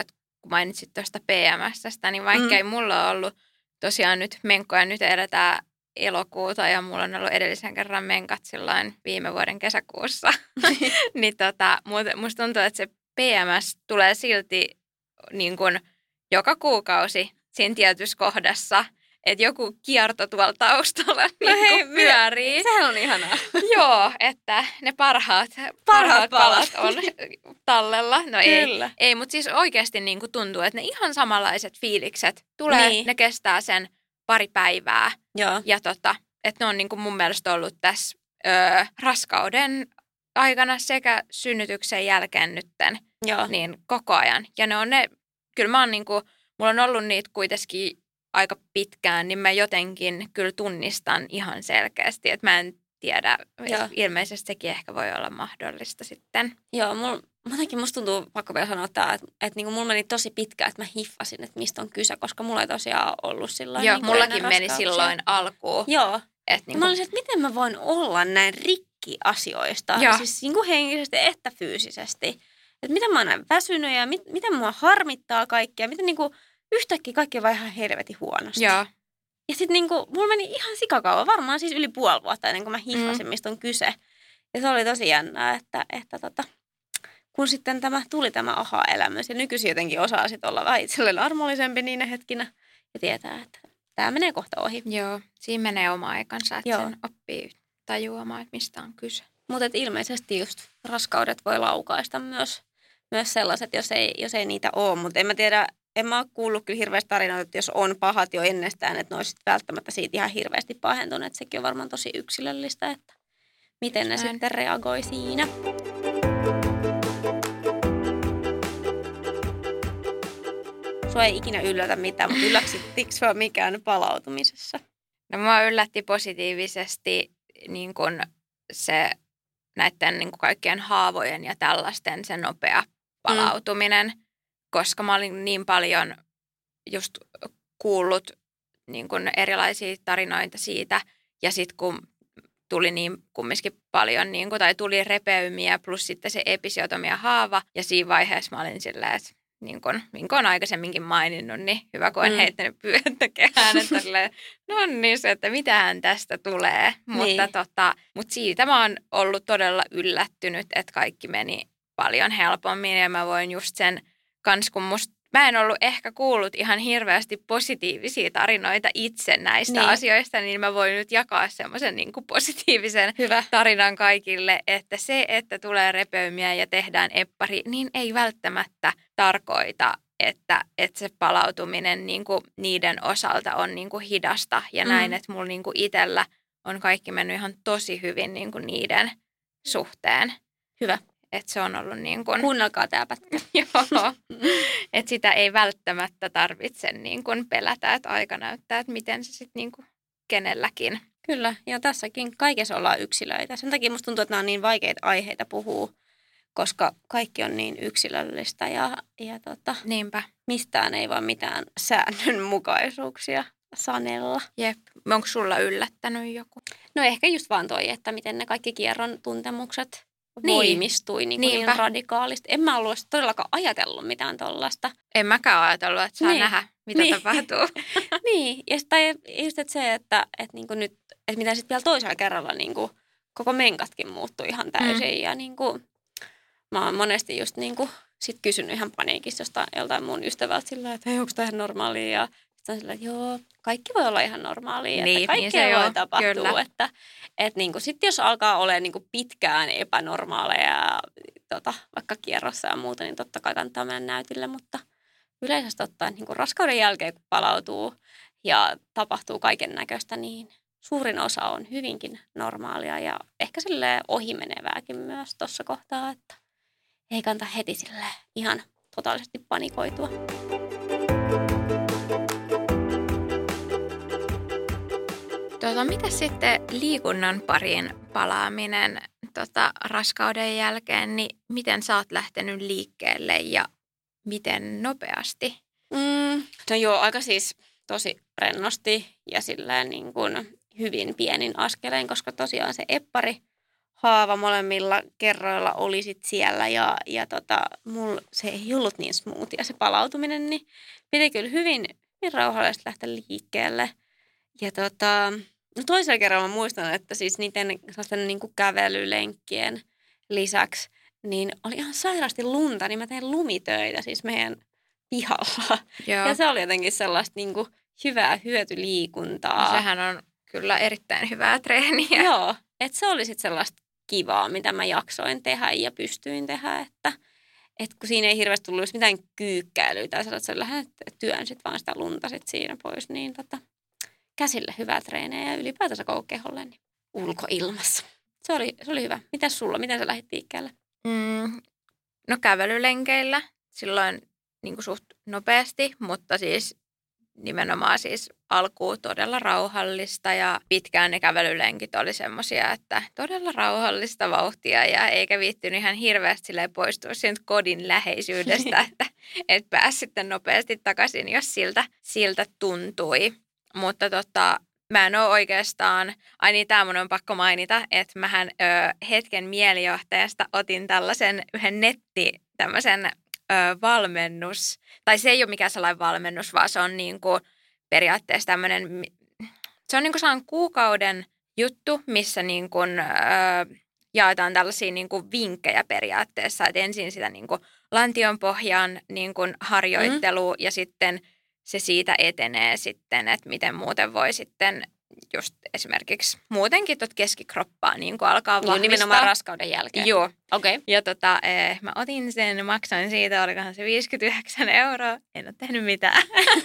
Speaker 3: kun mainitsit tuosta P M S:stä, niin vaikka
Speaker 2: Mm.
Speaker 3: ei mulla ollut tosiaan nyt menkkoja, nyt edetään elokuuta ja mulla on ollut edellisen kerran menkat silloin viime vuoden kesäkuussa, niin tota, musta tuntuu, että se P M S tulee silti niin kuin joka kuukausi siinä tietyssä kohdassa, että joku kierto tuolla taustalla no niin hei, pyörii.
Speaker 2: Sehän on ihanaa.
Speaker 3: Joo, että ne parhaat, parhaat, parhaat palat on tallella. No ei, ei mutta siis oikeasti niin kuin tuntuu, että ne ihan samanlaiset fiilikset tulee, niin. Ne kestää sen pari päivää.
Speaker 2: Joo.
Speaker 3: Ja tota, että ne on niin kuin mun mielestä ollut tässä öö, raskauden aikana sekä synnytyksen jälkeen nytten,
Speaker 2: Joo.
Speaker 3: niin koko ajan. Ja ne on ne, kyllä mä oon niin kuin, mulla on ollut niitä kuitenkin aika pitkään, niin mä jotenkin kyllä tunnistan ihan selkeästi, että mä en tiedä, ilmeisesti sekin ehkä voi olla mahdollista sitten.
Speaker 2: Joo, mulla, jotenkin musta tuntuu, pakko vielä sanoa tämä, että, että niinku mulla meni tosi pitkään, että mä hiffasin, että mistä on kyse, koska mulla ei tosiaan ollut silloin.
Speaker 3: Joo,
Speaker 2: niinku
Speaker 3: mullakin meni silloin alkuun.
Speaker 2: Joo,
Speaker 3: että niinku...
Speaker 2: mä olisin, että miten mä voin olla näin rikki asioista,
Speaker 3: Joo.
Speaker 2: siis niinku henkisesti että fyysisesti. Että miten mä oon näin väsynyt ja mit, miten mua harmittaa kaikkea, miten niinku yhtäkkiä kaikki vaan ihan helvetin huonosti.
Speaker 3: Joo.
Speaker 2: Ja sitten niinku, mulla meni ihan sikakauan, varmaan siis yli puoli vuotta ennen kuin mä hiffasin, mm. mistä on kyse. Ja se oli tosi jännää, että, että tota, kun sitten tämä, tuli tämä aha-elämys. Ja nykyisin jotenkin osaa sitten olla vähän itselleen armollisempi niinä hetkinä. Ja tietää, että tämä menee kohta ohi.
Speaker 3: Joo, siinä menee oma aikansa, että Joo. sen oppii tajuamaan, että mistä on kyse.
Speaker 2: Mutta ilmeisesti just raskaudet voi laukaista myös, myös sellaiset, jos ei, jos ei niitä ole. Mutta en mä tiedä, en mä ole kuullut kyllä hirveästi tarinoita, että jos on pahat jo ennestään, että ne olisi välttämättä siitä ihan hirveästi pahentuneet. Sekin on varmaan tosi yksilöllistä, että miten ne Näin. sitten reagoi siinä. Sua ei ikinä yllätä mitään, mutta yllättikö sua mikään palautumisessa?
Speaker 3: No mua yllätti positiivisesti niin kun se näiden niin kun kaikkien haavojen ja tällaisten se nopea palautuminen, mm. koska mä olin niin paljon just kuullut niin kun erilaisia tarinoita siitä ja sitten kun tuli niin kumminkin paljon, niin kun, tai tuli repeymiä plus sitten se episiotomia haava ja siinä vaiheessa mä olin silleen, että niin kuin, minkä on aikaisemminkin maininnut, niin hyvä kun on mm. heittänyt pyöntökehään, että silleen, no niin se, että mitähän tästä tulee. Niin. Mutta, tota, mutta siitä mä oon ollut todella yllättynyt, että kaikki meni paljon helpommin ja mä voin just sen kans, kun musta, mä en ollut ehkä kuullut ihan hirveästi positiivisia tarinoita itse näistä niin. asioista, niin mä voin nyt jakaa semmoisen niin kuin positiivisen Hyvä. tarinan kaikille, että se, että tulee repeymiä ja tehdään eppari, niin ei välttämättä tarkoita, että, että se palautuminen niin kuin niiden osalta on niin kuin hidasta ja mm. näin, että mulla niin kuin itsellä on kaikki mennyt ihan tosi hyvin niin kuin niiden suhteen.
Speaker 2: Hyvä.
Speaker 3: Että se on ollut niin kuin...
Speaker 2: Kuunnelkaa tämä pätkä.
Speaker 3: Joo. Että sitä ei välttämättä tarvitse niin kuin pelätä, että aika näyttää, että miten se sitten niin kuin kenelläkin.
Speaker 2: Kyllä, ja tässäkin kaikessa ollaan yksilöitä. Sen takia musta tuntuu, että nämä on niin vaikeita aiheita puhua, koska kaikki on niin yksilöllistä ja, ja tota,
Speaker 3: Niinpä.
Speaker 2: mistään ei vaan mitään säännönmukaisuuksia sanella.
Speaker 3: Jep. Onko sulla yllättänyt joku?
Speaker 2: No ehkä just vaan toi, että miten ne kaikki kierron tuntemukset niin. voimistui niin, niin radikaalisti. En mä ollut todellakaan ajatellut mitään tollaista.
Speaker 3: En mäkään ajatellut, että saa niin. nähdä, mitä niin. tapahtuu.
Speaker 2: niin, ja sitten just että se, että, että niinku nyt, että mitä sitten vielä toisella kerralla niinku, koko menkatkin muuttui ihan täysin. Mm. Ja niinku, mä oon monesti just niinku, sit kysynyt ihan paniikissa jostain joltain mun ystävältä sillä, että hei, onko tämä ihan normaalia? Ja sitten on sillä, että joo, kaikki voi olla ihan normaalia, niin, että kaikkea niin voi tapahtua. Kyllä. Että et niinku, sitten jos alkaa olemaan niinku pitkään epänormaaleja ja tota, vaikka kierrossa ja muuta, niin totta kai kannattaa mennä näytille, mutta yleisesti ottaen niinku raskauden jälkeen, kun palautuu ja tapahtuu kaiken näköistä, niin suurin osa on hyvinkin normaalia ja ehkä silleen ohimenevääkin myös tuossa kohtaa, että ei kannata heti silleen ihan totaalisesti panikoitua.
Speaker 3: Tuota, mitä sitten liikunnan pariin palaaminen tota, raskauden jälkeen, niin miten sä oot lähtenyt liikkeelle ja miten nopeasti?
Speaker 2: Mm, no joo, aika siis tosi rennosti ja silleen niin kuin hyvin pienin askelein, koska tosiaan se eppari haava molemmilla kerroilla oli sit siellä ja, ja tota, mulla se ei ollut niin smoothia se palautuminen, niin piti kyllä hyvin, hyvin rauhallisesti lähteä liikkeelle. Ja tota, no toisella kerralla mä muistan, että siis niiden sellaisten niin kuin kävelylenkkien lisäksi niin oli ihan sairaasti lunta, niin mä tein lumitöitä siis meidän pihalla.
Speaker 3: Joo.
Speaker 2: Ja se oli jotenkin sellaista niin kuin hyvää hyötyliikuntaa.
Speaker 3: No, sehän on kyllä erittäin hyvää treeniä.
Speaker 2: Joo, että se oli sitten sellaista kivaa, mitä mä jaksoin tehdä ja pystyin tehdä, että et kun siinä ei hirveästi tullut mitään kyykkäilyä tai sellaista, että työnsit vaan sitä lunta sit siinä pois, niin tota, käsille hyvää treeniä ja ylipäätänsä koko keholle niin ulkoilmassa. Se oli, se oli hyvä. Mitäs sulla? Miten sä lähdit liikkeelle?
Speaker 3: Mm, no kävelylenkeillä silloin niin kuin suht nopeasti, mutta siis nimenomaan siis alkuun todella rauhallista ja pitkään ne kävelylenkit oli semmoisia, että todella rauhallista vauhtia ja eikä viittynyt ihan hirveästi poistua siitä kodin läheisyydestä, että et pääsi sitten nopeasti takaisin, jos siltä, siltä tuntui. Mutta tota, mä en ole oikeastaan, ai niin, tää mun on pakko mainita, että mähän ö, hetken mielijohtajasta otin tällaisen yhden netti, tämmöisen ö, valmennus, tai se ei ole mikään sellainen valmennus, vaan se on niin kuin periaatteessa tämmöinen, se on niin kuin sellainen kuukauden juttu, missä niin kuin, ö, jaetaan tällaisia niin kuin vinkkejä periaatteessa, että ensin sitä niin kuin lantionpohjan niin kuin harjoittelua mm. ja sitten se siitä etenee sitten, että miten muuten voi sitten just esimerkiksi muutenkin tuot keskikroppaa niin kuin alkaa vahvistaa.
Speaker 2: Joo, nimenomaan raskauden jälkeen.
Speaker 3: Joo.
Speaker 2: Okei. Okay.
Speaker 3: Ja tota, eh, mä otin sen, maksoin siitä, olikohan se viisikymmentäyhdeksän euroa. En ole tehnyt mitään.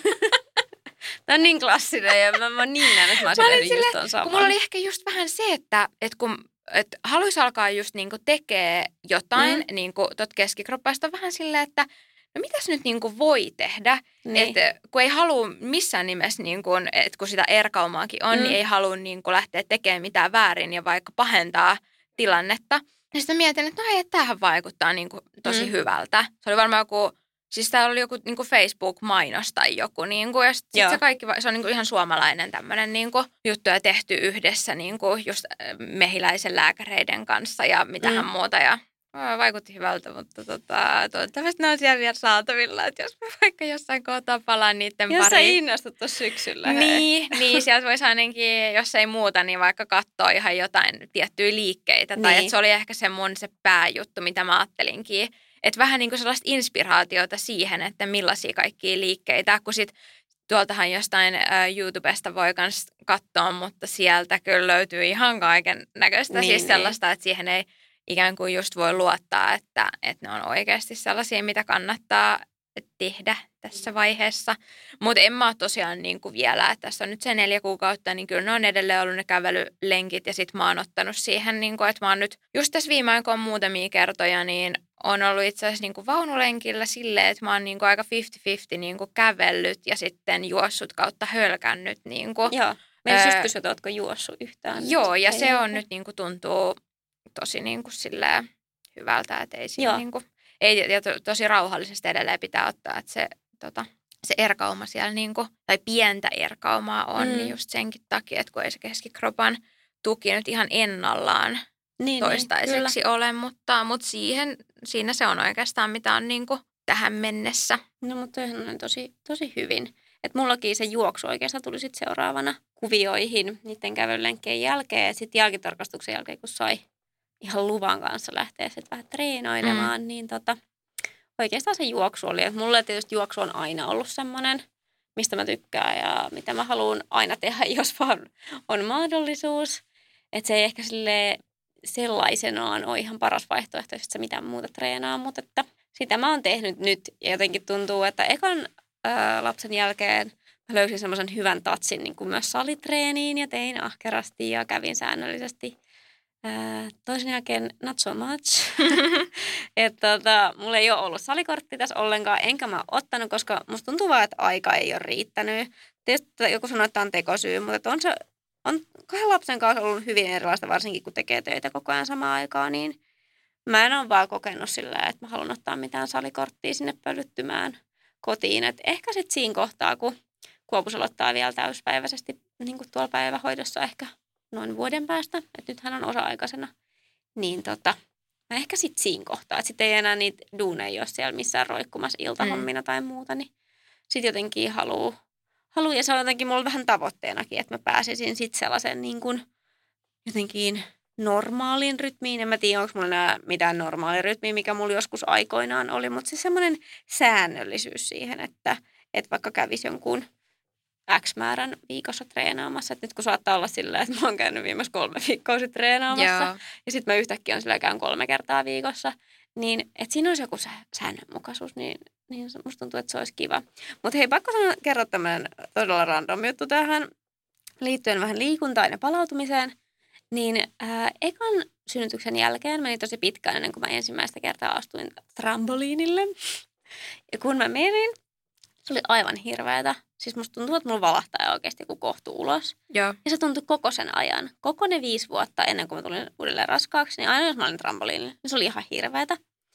Speaker 2: Tämä on niin klassinen ja mä, mä niin näin, että mä olisin tehnyt just ton saman.
Speaker 3: Kun mulla oli ehkä just vähän se, että, että kun että haluaisi alkaa just niinku tekee jotain mm. niinku tot keskikroppaista vähän silleen, että no mitäs nyt niinku voi tehdä, niin. että kun ei halua missään nimessä, niinku, että kun sitä erkaumaakin on, mm. niin ei halua niinku lähteä tekemään mitään väärin ja vaikka pahentaa tilannetta. Ja sitten mietin, että no ei, että tämähän vaikuttaa niinku tosi mm. hyvältä. Se oli varmaan joku, siis täällä oli joku niinku Facebook-mainos tai joku, niinku, ja sitten sit se kaikki, se on niinku ihan suomalainen tämmöinen niinku juttu ja tehty yhdessä niinku just mehiläisen lääkäreiden kanssa ja mitähän mm. muuta ja vaikutti hyvältä, mutta tota, toivottavasti ne on siellä vielä saatavilla, että jos mä vaikka jossain kohtaa palaan niiden pariin.
Speaker 2: Jos sä innostut tuossa syksyllä.
Speaker 3: Niin, niin, sieltä voisi ainakin, jos ei muuta, niin vaikka katsoa ihan jotain tiettyjä liikkeitä. Niin. Tai että se oli ehkä se mun se pääjuttu, mitä mä ajattelinkin. Että vähän niin kuin sellaista inspiraatiota siihen, että millaisia kaikkia liikkeitä, kun sit tuoltahan jostain ä, YouTubesta voi myös katsoa, mutta sieltä kyllä löytyy ihan kaiken näköistä. Niin, siis sellaista, niin. Että siihen ei ikään kuin just voi luottaa, että, että ne on oikeasti sellaisia, mitä kannattaa tehdä tässä vaiheessa. Mutta en mä ole tosiaan niin kuin vielä, että tässä on nyt se neljä kuukautta, niin kyllä ne on edelleen ollut ne kävelylenkit ja sitten mä oon ottanut siihen, niin kuin, että mä oon nyt just tässä viime aikoina muutamia kertoja, niin on ollut itse asiassa niin kuin vaunulenkillä silleen, että mä oon niin kuin aika viisikymmentä viisikymmentä niin kuin kävellyt ja sitten juossut kautta hölkännyt. Niin kuin,
Speaker 2: joo, meillä öö, just kysyt, ootko juossut yhtään?
Speaker 3: Joo, ja se on nyt niin kuin tuntuu tosi niin kuin silleen hyvältä, että ei siinä niin kuin, ei, ja to, tosi rauhallisesti edelleen pitää ottaa, että se, tota, se erkauma siellä niin kuin, tai pientä erkaumaa on, mm. niin just senkin takia, että kun ei se keskikropan tuki nyt ihan ennallaan niin, toistaiseksi niin, ole, mutta, mutta siihen, siinä se on oikeastaan, mitä on niin kuin tähän mennessä.
Speaker 2: No, mutta toihan on tosi, tosi hyvin. Että mullakin se juoksu oikeastaan tuli sitten seuraavana kuvioihin niiden kävelylenkkien jälkeen, ja sitten jälkitarkastuksen jälkeen, kun sai ihan luvan kanssa lähteä sitten vähän treenailemaan, mm. niin tota, oikeastaan se juoksu oli. Et mulle tietysti juoksu on aina ollut semmoinen, mistä mä tykkään ja mitä mä haluan aina tehdä, jos vaan on mahdollisuus. Että se ei ehkä sille sellaisenaan ole ihan paras vaihtoehto, jos se mitään muuta treenaa, mutta että sitä mä oon tehnyt nyt ja jotenkin tuntuu, että ekan ää, lapsen jälkeen mä löysin semmoisen hyvän tatsin niin kuin myös salitreeniin ja tein ahkerasti ja kävin säännöllisesti. Ää, toisen jälkeen not so much. että tota, mulla ei ole ollut salikortti tässä ollenkaan, enkä mä ottanut, koska musta tuntuu vaan, että aika ei ole riittänyt. Tietysti joku sanoo, että on tekosyy, mutta on se on kahden lapsen kanssa ollut hyvin erilaista, varsinkin kun tekee töitä koko ajan samaan aikaan, niin mä en ole vaan kokenut sillä, että mä haluan ottaa mitään salikorttia sinne pölyttymään kotiin. Et ehkä sitten siinä kohtaa, kun Kuopus aloittaa vielä täyspäiväisesti niin kuin tuolla päivähoidossa ehkä noin vuoden päästä, että nyt hän on osa-aikaisena, niin tota, mä ehkä sitten siinä kohtaa, että sitten ei enää niitä duuneja ole siellä missään roikkumassa iltahommina mm. tai muuta, niin sitten jotenkin haluu, haluu, ja se on jotenkin mulla vähän tavoitteenakin, että mä pääsisin sitten sellaisen niin kuin jotenkin normaaliin rytmiin. En mä tiedä, onko mulla enää mitään normaalia rytmiä, mikä mulla joskus aikoinaan oli, mutta se semmoinen säännöllisyys siihen, että, että vaikka kävisi jonkun X määrän viikossa treenaamassa. Että nyt kun saattaa olla silleen, että mä oon käynyt viimeis kolme viikkoa sitten treenaamassa. Joo. Ja sitten mä yhtäkkiä on sillä käyn kolme kertaa viikossa. Niin, että siinä olisi joku säännönmukaisuus, niin, niin musta tuntuu, että se olisi kiva. Mutta hei, pakko sanoa, kertoa tämmöinen todella random juttu tähän liittyen vähän liikuntaan ja palautumiseen. Niin ää, ekan synnytyksen jälkeen meni tosi pitkään ennen kuin mä ensimmäistä kertaa astuin trampoliinille. Ja kun mä menin, se oli aivan hirveätä. Siis musta tuntuu, että mulla valahtaa oikeasti kun kohtu ulos.
Speaker 3: Joo.
Speaker 2: Ja se tuntui koko sen ajan. Koko ne viisi vuotta ennen kuin mä tulin uudelleen raskaaksi, niin aina jos mä olin trampoliinilla, niin se oli ihan hirveätä.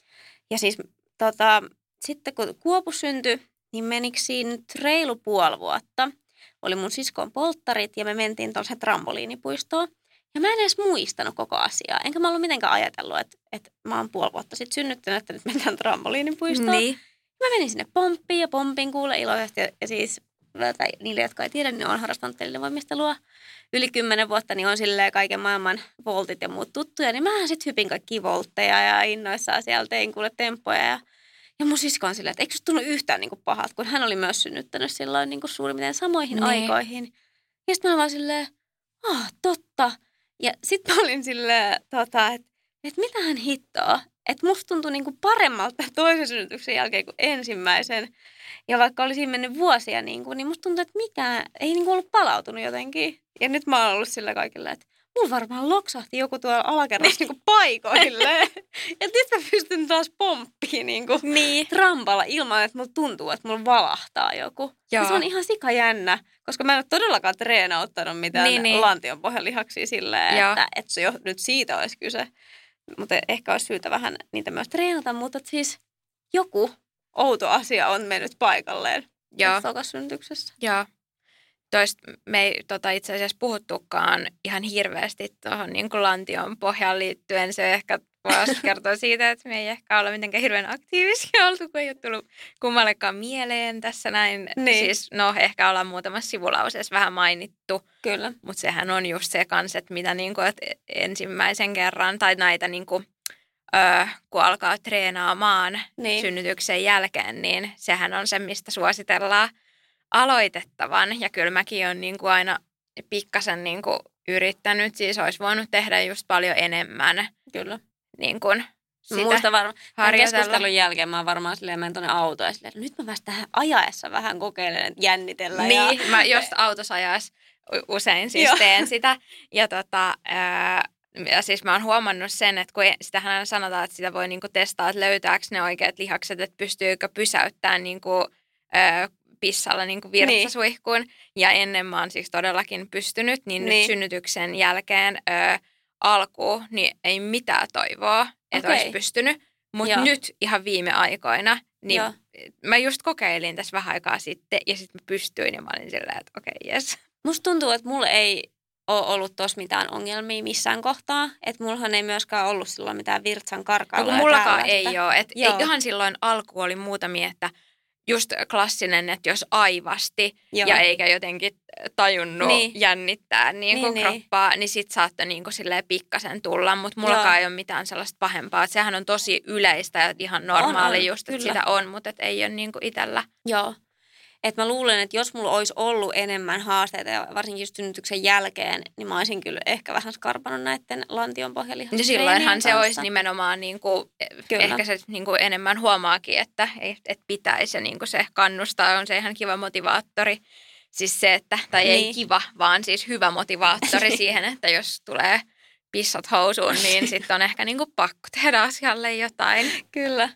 Speaker 2: Ja siis tota, sitten kun Kuopu syntyi, niin menikö siinä reilu puoli vuotta. Oli mun siskon polttarit ja me mentiin tuollaiseen trampoliinipuistoon. Ja mä en edes muistanut koko asiaa. Enkä mä ollut mitenkään ajatellut, että, että mä oon puoli vuotta sitten synnyttänyt, että nyt mennään trampoliinipuistoon.
Speaker 3: Niin.
Speaker 2: Mä menin sinne pomppiin ja pompin kuule iloisesti. Ja, ja siis tai niille, jotka ei tiedä, niin on harrastanut telinevoimistelua yli kymmenen vuotta, niin on silleen kaiken maailman voltit ja muut tuttuja. Niin mähän sitten hypin kaikki voltteja ja innoissaan siellä tein kuule temppoja. Ja, ja mun sisko on silleen, että eikö se tunnu yhtään niin kuin pahalta, kun hän oli myös synnyttänyt silloin niin kuin suurin piirtein samoihin niin. aikoihin. Ja sitten mä vaan silleen, ah, totta. Ja sitten mä olin silleen, tota, että et mitähän hittoa. Että musta tuntui niinku paremmalta toisen synnytyksen jälkeen kuin ensimmäisen. Ja vaikka olisi mennyt vuosia, niinku, niin musta tuntui, että mikään ei niinku ollut palautunut jotenkin. Ja nyt mä oon ollut sillä kaikilla, että mulla varmaan loksahti joku tuolla alakerrassa niinku paikoilleen. Ja nyt mä pystyn taas pomppiin niinku
Speaker 3: niin.
Speaker 2: trampalla ilman, että mulla tuntuu, että mulla valahtaa joku. Ja se on ihan sikajännä, koska mä en ole todellakaan treenauttanut mitään niin, niin. lantionpohjalihaksia silleen, että, että se jo nyt siitä olisi kyse. Mutta ehkä olisi syytä vähän niitä myös treenata, mutta siis joku outo asia on mennyt paikalleen tässä synnytyksessä.
Speaker 3: Joo. Toista me ei tota, itse asiassa puhuttukaan ihan hirveästi tuohon niin kuin lantion pohjaan liittyen. Se ehkä voisi kertoa siitä, että me ei ehkä ole mitenkään hirveän aktiivisia oltu, kun ei ole tullut kummallekaan mieleen tässä näin.
Speaker 2: Niin.
Speaker 3: Siis no ehkä ollaan muutamassa sivulauseessa vähän mainittu.
Speaker 2: Kyllä.
Speaker 3: Mutta sehän on just se kans, että mitä niin kuin, että ensimmäisen kerran tai näitä niin kuin, öö, kun alkaa treenaamaan niin. synnytyksen jälkeen, niin sehän on se, mistä suositellaan aloitettavan. Ja kyllä mäkin olen niin kuin aina pikkasen niin kuin yrittänyt, siis olisi voinut tehdä just paljon enemmän.
Speaker 2: Kyllä.
Speaker 3: Niin kuin sitä
Speaker 2: muista varmaan. Keskustelun jälkeen mä oon varmaan silleen menen tuonne autoon ja silleen, että nyt mä vasta tähän ajaessa vähän kokeilen, että jännitellä.
Speaker 3: Niin,
Speaker 2: ja...
Speaker 3: mä just autossa ajaessa usein siis teen sitä. Ja tota... Ää, Ja siis mä oon huomannut sen, että kun sitähän sanotaan, että sitä voi niinku testaa, että löytääkö ne oikeat lihakset, että pystyykö pysäyttämään niinku, ö, pissalla niinku virtsasuihkuun. Niin. Ja ennen mä oon siis todellakin pystynyt, niin, niin. nyt synnytyksen jälkeen ö, alkuun niin ei mitään toivoa, että
Speaker 2: okay.
Speaker 3: olisi pystynyt. Mutta nyt ihan viime aikoina, niin Joo. mä just kokeilin tässä vähän aikaa sitten ja sitten mä pystyin ja mä olin silleen, että okei, okay, jes.
Speaker 2: Musta tuntuu, että mulla ei... ole ollut tuossa mitään ongelmia missään kohtaa. Että mullahan ei myöskään ollut silloin mitään virtsan karkailua.
Speaker 3: No, mullakaan ei ole. Et ihan silloin alku oli muutamia, että just klassinen, että jos aivasti Joo. ja eikä jotenkin tajunnut niin. jännittää niin niin, kroppaa, niin, niin sit saattoi niin silleen pikkasen tulla. Mutta mullakaan Joo. ei ole mitään sellaista pahempaa. Et sehän on tosi yleistä ja ihan normaali on, on, just, että sitä on, mutta et ei ole niin itsellä.
Speaker 2: Joo. Että mä luulen, että jos mulla olisi ollut enemmän haasteita ja varsinkin just synnytyksen jälkeen, niin mä olisin kyllä ehkä vähän skarpannut näiden lantion pohjalihaksen.
Speaker 3: Ja silloinhan se olisi nimenomaan niin kuin, ehkä se niin kuin enemmän huomaakin, että, että pitäisi ja niin kuin se kannustaa, on se ihan kiva motivaattori. Siis se, että, tai niin. ei kiva, vaan siis hyvä motivaattori siihen, että jos tulee pissat housuun, niin sitten on ehkä niin kuin pakko tehdä asialle jotain.
Speaker 2: Kyllä.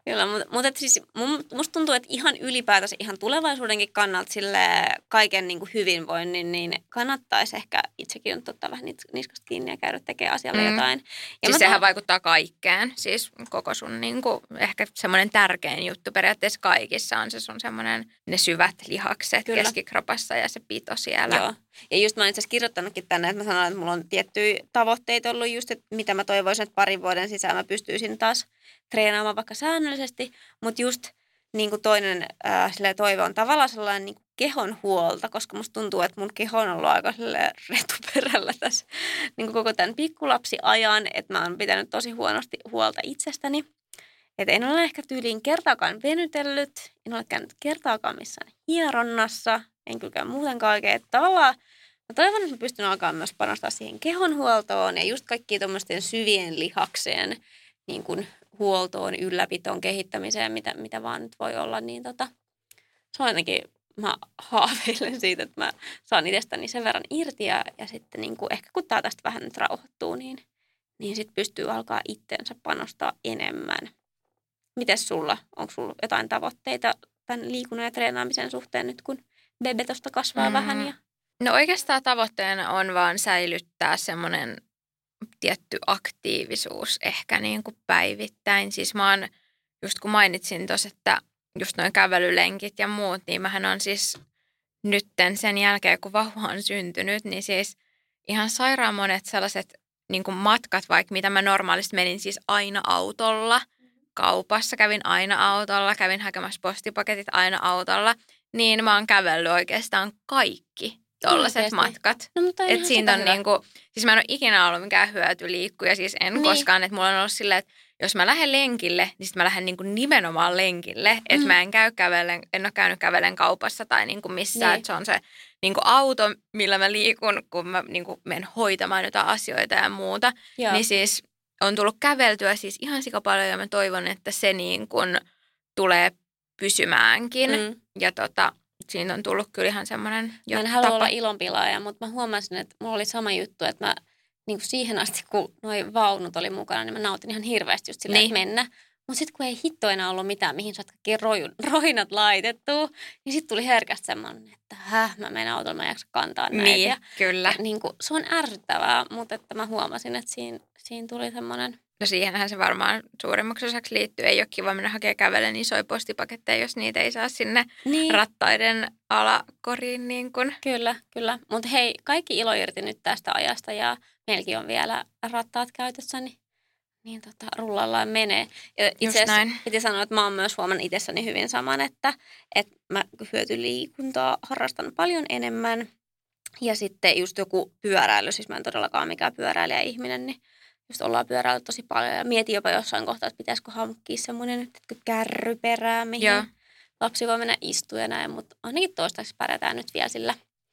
Speaker 2: Kyllä, mutta, mutta siis musta tuntuu, että ihan ylipäätänsä ihan tulevaisuudenkin kannalta sille kaiken niin kuin hyvinvoinnin, niin kannattaisi ehkä itsekin on ottaa vähän niskasta kiinni ja käydä tekemään asialle mm. jotain. Ja
Speaker 3: siis sehän tuon... vaikuttaa kaikkeen, siis koko sun niin kuin, ehkä semmoinen tärkein juttu periaatteessa kaikissa on se sun semmoinen ne syvät lihakset Kyllä. keskikropassa ja se pito siellä.
Speaker 2: Joo. Ja just mä oon itse asiassa kirjoittanutkin tänne, että mä sanon, että mulla on tiettyjä tavoitteita ollut just, että mitä mä toivoisin, että parin vuoden sisään mä pystyisin taas treenaamaan vaikka säännöllisesti, mutta just niin kuin toinen äh, toive on tavallaan sellainen niin kuin kehon huolta, koska musta tuntuu, että mun keho on ollut aika retuperällä tässä niin kuin koko tämän pikkulapsiajan, että mä oon pitänyt tosi huonosti huolta itsestäni. Että en ole ehkä tyyliin kertaakaan venytellyt, en ole käynyt kertaakaan missään hieronnassa, en kyllä käy muutenkaan oikein tavallaan. Mä toivon, että mä pystyn alkaa myös panostaa siihen kehonhuoltoon ja just kaikkiin tuommoisten syvien lihakseen niin kuin huoltoon, ylläpitoon, kehittämiseen, mitä, mitä vaan nyt voi olla. Niin tota, se on ainakin, mä haaveilen siitä, että mä saan itsestäni sen verran irti ja, ja sitten niin kuin, ehkä kun tää tästä vähän nyt rauhoittuu, niin, niin sitten pystyy alkaa itteensä panostaa enemmän. Mites sulla? Onko sulla jotain tavoitteita tämän liikunnan ja treenaamisen suhteen nyt, kun bebe tosta kasvaa mm. vähän? Ja...
Speaker 3: No oikeastaan tavoitteena on vaan säilyttää semmoinen tietty aktiivisuus ehkä niin kuin päivittäin. Siis mä oon, just kun mainitsin tuossa, että just noin kävelylenkit ja muut, niin mähän on siis nytten sen jälkeen, kun vauva on syntynyt, niin siis ihan sairaan monet sellaiset niin kuin matkat, vaikka mitä mä normaalisti menin siis aina autolla, kaupassa kävin aina autolla, kävin hakemassa postipaketit aina autolla, niin mä oon kävellyt oikeastaan kaikki tollaiset matkat.
Speaker 2: No, mutta
Speaker 3: että siinä on niinku, siis mä en ole ikinä ollut mikään hyötyliikkuja, siis en niin. koskaan, että mulla on ollut silleen, että jos mä lähden lenkille, niin sitten mä lähden niinku nimenomaan lenkille, mm. että mä en käy kävellen, en ole käynyt kävellen kaupassa tai niinku missään, niin. että se on se niinku auto, millä mä liikun, kun mä niinku menen hoitamaan jotain asioita ja muuta, Joo. niin siis on tullut käveltyä siis ihan sikapaljon ja mä toivon, että se niin kuin tulee pysymäänkin mm. ja tota, siinä on tullut kyllä ihan semmoinen jo
Speaker 2: Mä en halua olla ilonpilaaja, mutta mä huomasin, että mulla oli sama juttu, että mä niin kuin siihen asti, kun noi vaunut oli mukana, niin mä nautin ihan hirveästi just silleen, niin. että mennä. Mutta sitten kun ei hitto enää ollut mitään, mihin sä oot kaikki roinat laitettu, niin sitten tuli herkästi semmoinen, että häh, mä menen autolla, mä en jaksa kantaa näitä.
Speaker 3: Niin,
Speaker 2: ja,
Speaker 3: kyllä.
Speaker 2: Ja, niin kuin, se on ärsyttävää, mutta että mä huomasin, että siinä, siinä tuli semmoinen...
Speaker 3: No siihenhän se varmaan suurimmaksi osaksi liittyy. Ei ole kiva mennä hakemaan kävellen isoja postipaketteja, jos niitä ei saa sinne niin. rattaiden alakoriin. Niin kun.
Speaker 2: Kyllä, kyllä. Mutta hei, kaikki ilo irti nyt tästä ajasta ja meilläkin on vielä rattaat käytössä, niin, niin tota, rullallaan menee. Ja itse asiassa piti sanoa, että mä oon myös huomannut itsessäni hyvin saman, että, että mä hyötyliikuntaa harrastan paljon enemmän. Ja sitten just joku pyöräily, siis mä en todellakaan mikään pyöräilijä ihminen, niin just ollaan pyöräillyt tosi paljon ja mietin jopa jossain kohtaa, että pitäisikö hankkia semmoinen että kärryperää, mihin Joo. lapsi voi mennä istua ja näin, mutta ainakin toistaiseksi pärjätään nyt vielä sillä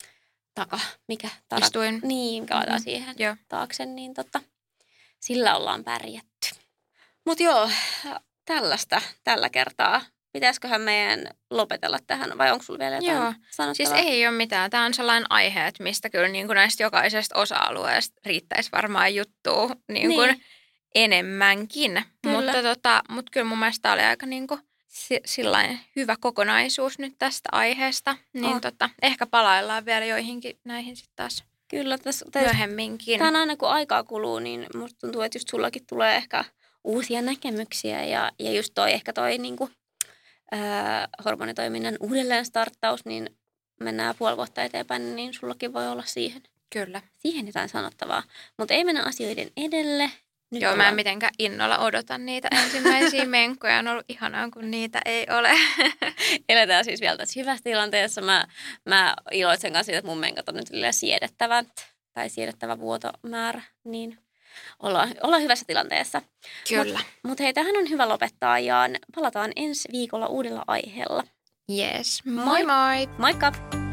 Speaker 2: taka, mikä tarat,
Speaker 3: Istuin.
Speaker 2: Niin, mikä laitetaan mm-hmm. siihen
Speaker 3: Joo.
Speaker 2: taakse, niin tota, sillä ollaan pärjätty. Mutta joo, tällaista tällä kertaa. Pitäisiköhän meidän lopetella tähän vai onko sulla vielä jotain
Speaker 3: Joo.
Speaker 2: sanottavaa?
Speaker 3: Siis ei ole mitään. Tämä on sellainen aihe, että mistä kyllä niin kuin näistä jokaisesta osa-alueesta riittäisi varmaan juttua niin kuin niin. enemmänkin. Mutta, tota, mutta kyllä mun mielestä tämä oli aika niin kuin sillain hyvä kokonaisuus nyt tästä aiheesta. Niin oh. tota, ehkä palaillaan vielä joihinkin näihin sitten taas
Speaker 2: kyllä, tässä,
Speaker 3: myöhemminkin.
Speaker 2: Tämä on aina kun aikaa kuluu, niin musta tuntuu, että just sullakin tulee ehkä uusia näkemyksiä ja, ja just toi ehkä toi niin kuin Äh, hormonitoiminnan uudelleen starttaus, niin mennään puoli vuotta eteenpäin, niin sullakin voi olla siihen,
Speaker 3: Kyllä.
Speaker 2: siihen jotain sanottavaa. Mutta ei mennä asioiden edelle.
Speaker 3: Nyt Joo, ollaan... mä en mitenkään innolla odota niitä ensimmäisiä menkkoja. On ollut ihanaa, kun niitä ei ole.
Speaker 2: Eletään siis vielä tässä hyvässä tilanteessa. Mä, mä iloitsen kanssa siitä, että mun menkat on nyt siedettävät tai siedettävä vuotomäärä, niin Ollaan, ollaan hyvässä tilanteessa.
Speaker 3: Kyllä.
Speaker 2: Mutta mut hei, tähän on hyvä lopettaa ja palataan ensi viikolla uudella aiheella.
Speaker 3: Yes. Moi moi!
Speaker 2: Moikka!